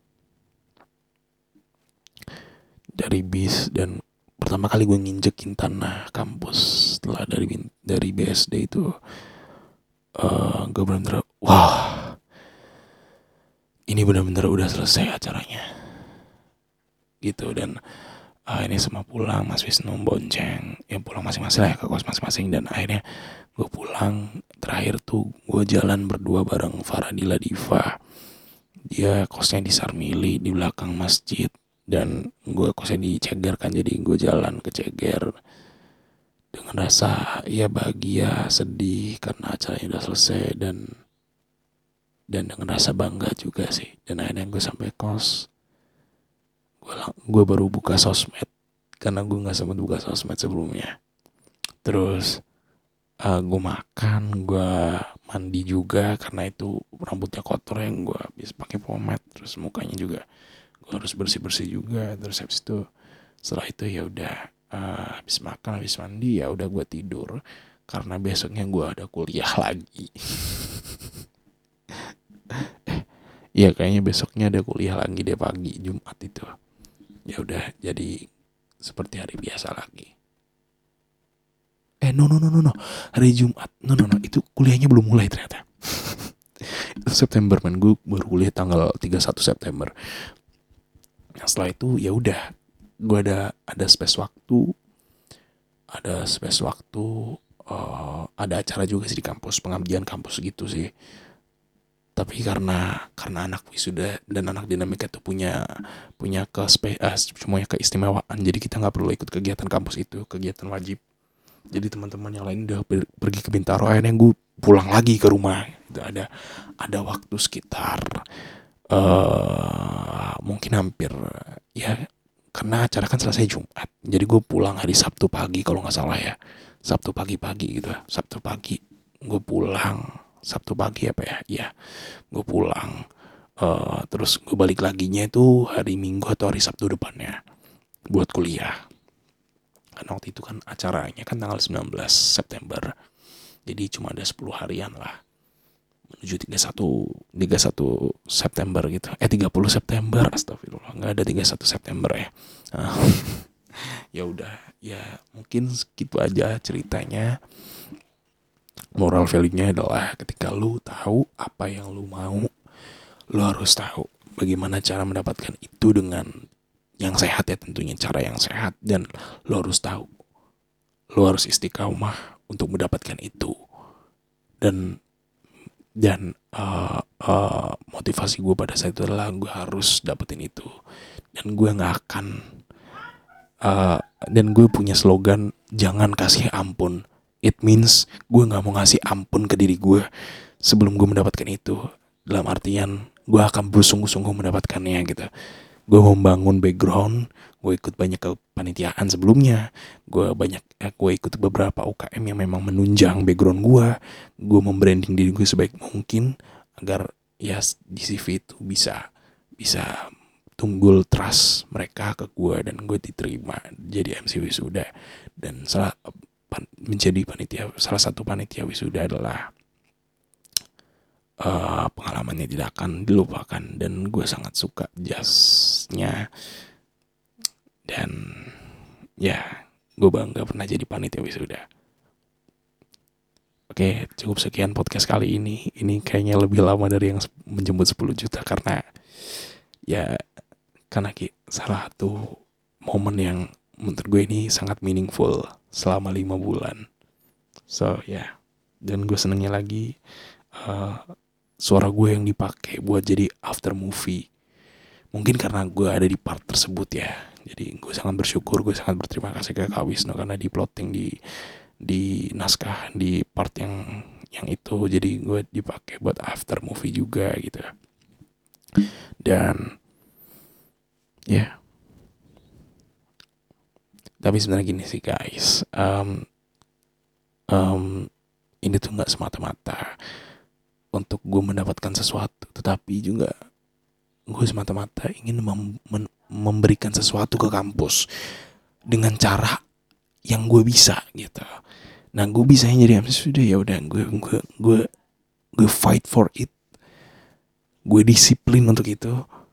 dari bis dan pertama kali gue nginjekin tanah kampus setelah dari dari B S D itu, uh, gue benar-benar wah ini benar-benar udah selesai acaranya gitu. Dan uh, ini semua pulang, Mas Wisnu bonceng ya pulang masing-masing lah ya, ke kos masing-masing. Dan akhirnya gue pulang, terakhir tuh gue jalan berdua bareng Faradila Diva. Dia kosnya di Sarmili di belakang masjid, dan gue kosnya di Ceger kan, jadi gue jalan ke Ceger. dengan rasa ya bahagia, sedih karena acaranya udah selesai, dan dan dengan rasa bangga juga sih. Dan akhirnya gue sampai kos, gue gue baru buka sosmed karena gue nggak sempat buka sosmed sebelumnya. Terus uh, gue makan, gue mandi juga karena itu rambutnya kotor yang gue habis pakai pomade. Terus mukanya juga gue harus bersih bersih juga. Terus habis itu setelah itu ya udah uh, habis makan, habis mandi, ya udah gue tidur karena besoknya gue ada kuliah lagi. Iya kayaknya besoknya ada kuliah lagi deh, pagi Jumat itu. Ya udah jadi seperti hari biasa lagi. Eh no no no no no hari Jumat no no no itu kuliahnya belum mulai ternyata. Itu September man, gue baru kuliah tanggal tiga puluh satu September. Nah, setelah itu ya udah gue ada ada space waktu, ada space waktu, uh, ada acara juga sih di kampus, pengabdian kampus gitu sih. Tapi karena karena anak wisuda dan anak dinamika itu punya punya ke uh, semuanya keistimewaan, jadi kita nggak perlu ikut kegiatan kampus itu, kegiatan wajib. Jadi teman-teman yang lain udah per, pergi ke Bintaro, akhirnya gue pulang lagi ke rumah. Itu ada ada waktu sekitar uh, mungkin hampir ya, karena acara kan selesai Jumat, jadi gue pulang hari Sabtu pagi kalau nggak salah ya, Sabtu pagi-pagi gitu, Sabtu pagi gue pulang. Sabtu pagi apa ya? Iya, gue pulang. Uh, terus gue balik laginya itu hari Minggu atau hari Sabtu depannya buat kuliah. Karena waktu itu kan acaranya kan tanggal sembilan belas September. Jadi cuma ada sepuluh harian lah menuju tiga puluh satu September gitu. Eh tiga puluh September, astagfirullah. Enggak ada tiga puluh satu September ya. Uh, ya udah, ya mungkin segitu aja ceritanya. Moral value-nya adalah ketika lu tahu apa yang lu mau, lu harus tahu bagaimana cara mendapatkan itu dengan yang sehat ya, tentunya cara yang sehat. Dan lu harus tahu, lu harus istiqomah untuk mendapatkan itu. Dan dan uh, uh, motivasi gue pada saat itu adalah gue harus dapetin itu. Dan gue gak akan uh, dan gue punya slogan, jangan kasih ampun. It means gue gak mau ngasih ampun ke diri gue sebelum gue mendapatkan itu. Dalam artian gue akan bersungguh-sungguh mendapatkannya gitu. Gue membangun background, gue ikut banyak kepanitiaan sebelumnya, gue banyak ya, gue ikut beberapa U K M yang memang menunjang background gue. Gue membranding diri gue sebaik mungkin agar ya di C V itu bisa bisa tunggul trust mereka ke gue, dan gue diterima jadi M C wisuda. Dan salah menjadi panitia, salah satu panitia wisuda adalah uh, pengalamannya tidak akan dilupakan, dan gue sangat suka jazznya. Dan ya gue bangga pernah jadi panitia wisuda. Oke, cukup sekian podcast kali ini. Ini kayaknya lebih lama dari yang menjemput sepuluh juta karena ya karena salah satu momen yang menurut gue ini sangat meaningful selama lima bulan. So ya, yeah. Dan gue senengnya lagi uh, suara gue yang dipakai buat jadi after movie. Mungkin karena gue ada di part tersebut ya. Jadi gue sangat bersyukur, gue sangat berterima kasih ke Kak Wisnu karena di plotting di di naskah di part yang yang itu, jadi gue dipakai buat after movie juga gitu. Dan ya. Yeah. Tapi sebenarnya gini sih guys, um, um, ini tuh nggak semata-mata untuk gue mendapatkan sesuatu, tetapi juga gue semata-mata ingin mem- mem- memberikan sesuatu ke kampus dengan cara yang gue bisa gitu. Nah gue bisanya jadi M C sudah, ya udah gue gue gue gue fight for it, gue disiplin untuk itu,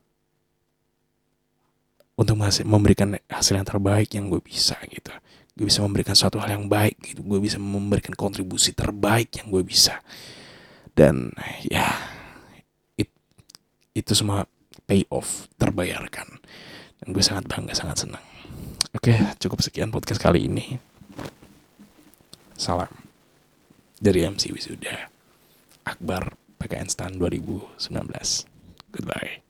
untuk memberikan hasil yang terbaik yang gue bisa gitu. Gue bisa memberikan suatu hal yang baik gitu. Gue bisa memberikan kontribusi terbaik yang gue bisa. Dan ya it, itu semua pay off, terbayarkan. Dan gue sangat bangga, sangat senang. Oke, cukup sekian podcast kali ini. Salam dari M C Wisuda Akbar P K N Stan dua ribu sembilan belas. Goodbye.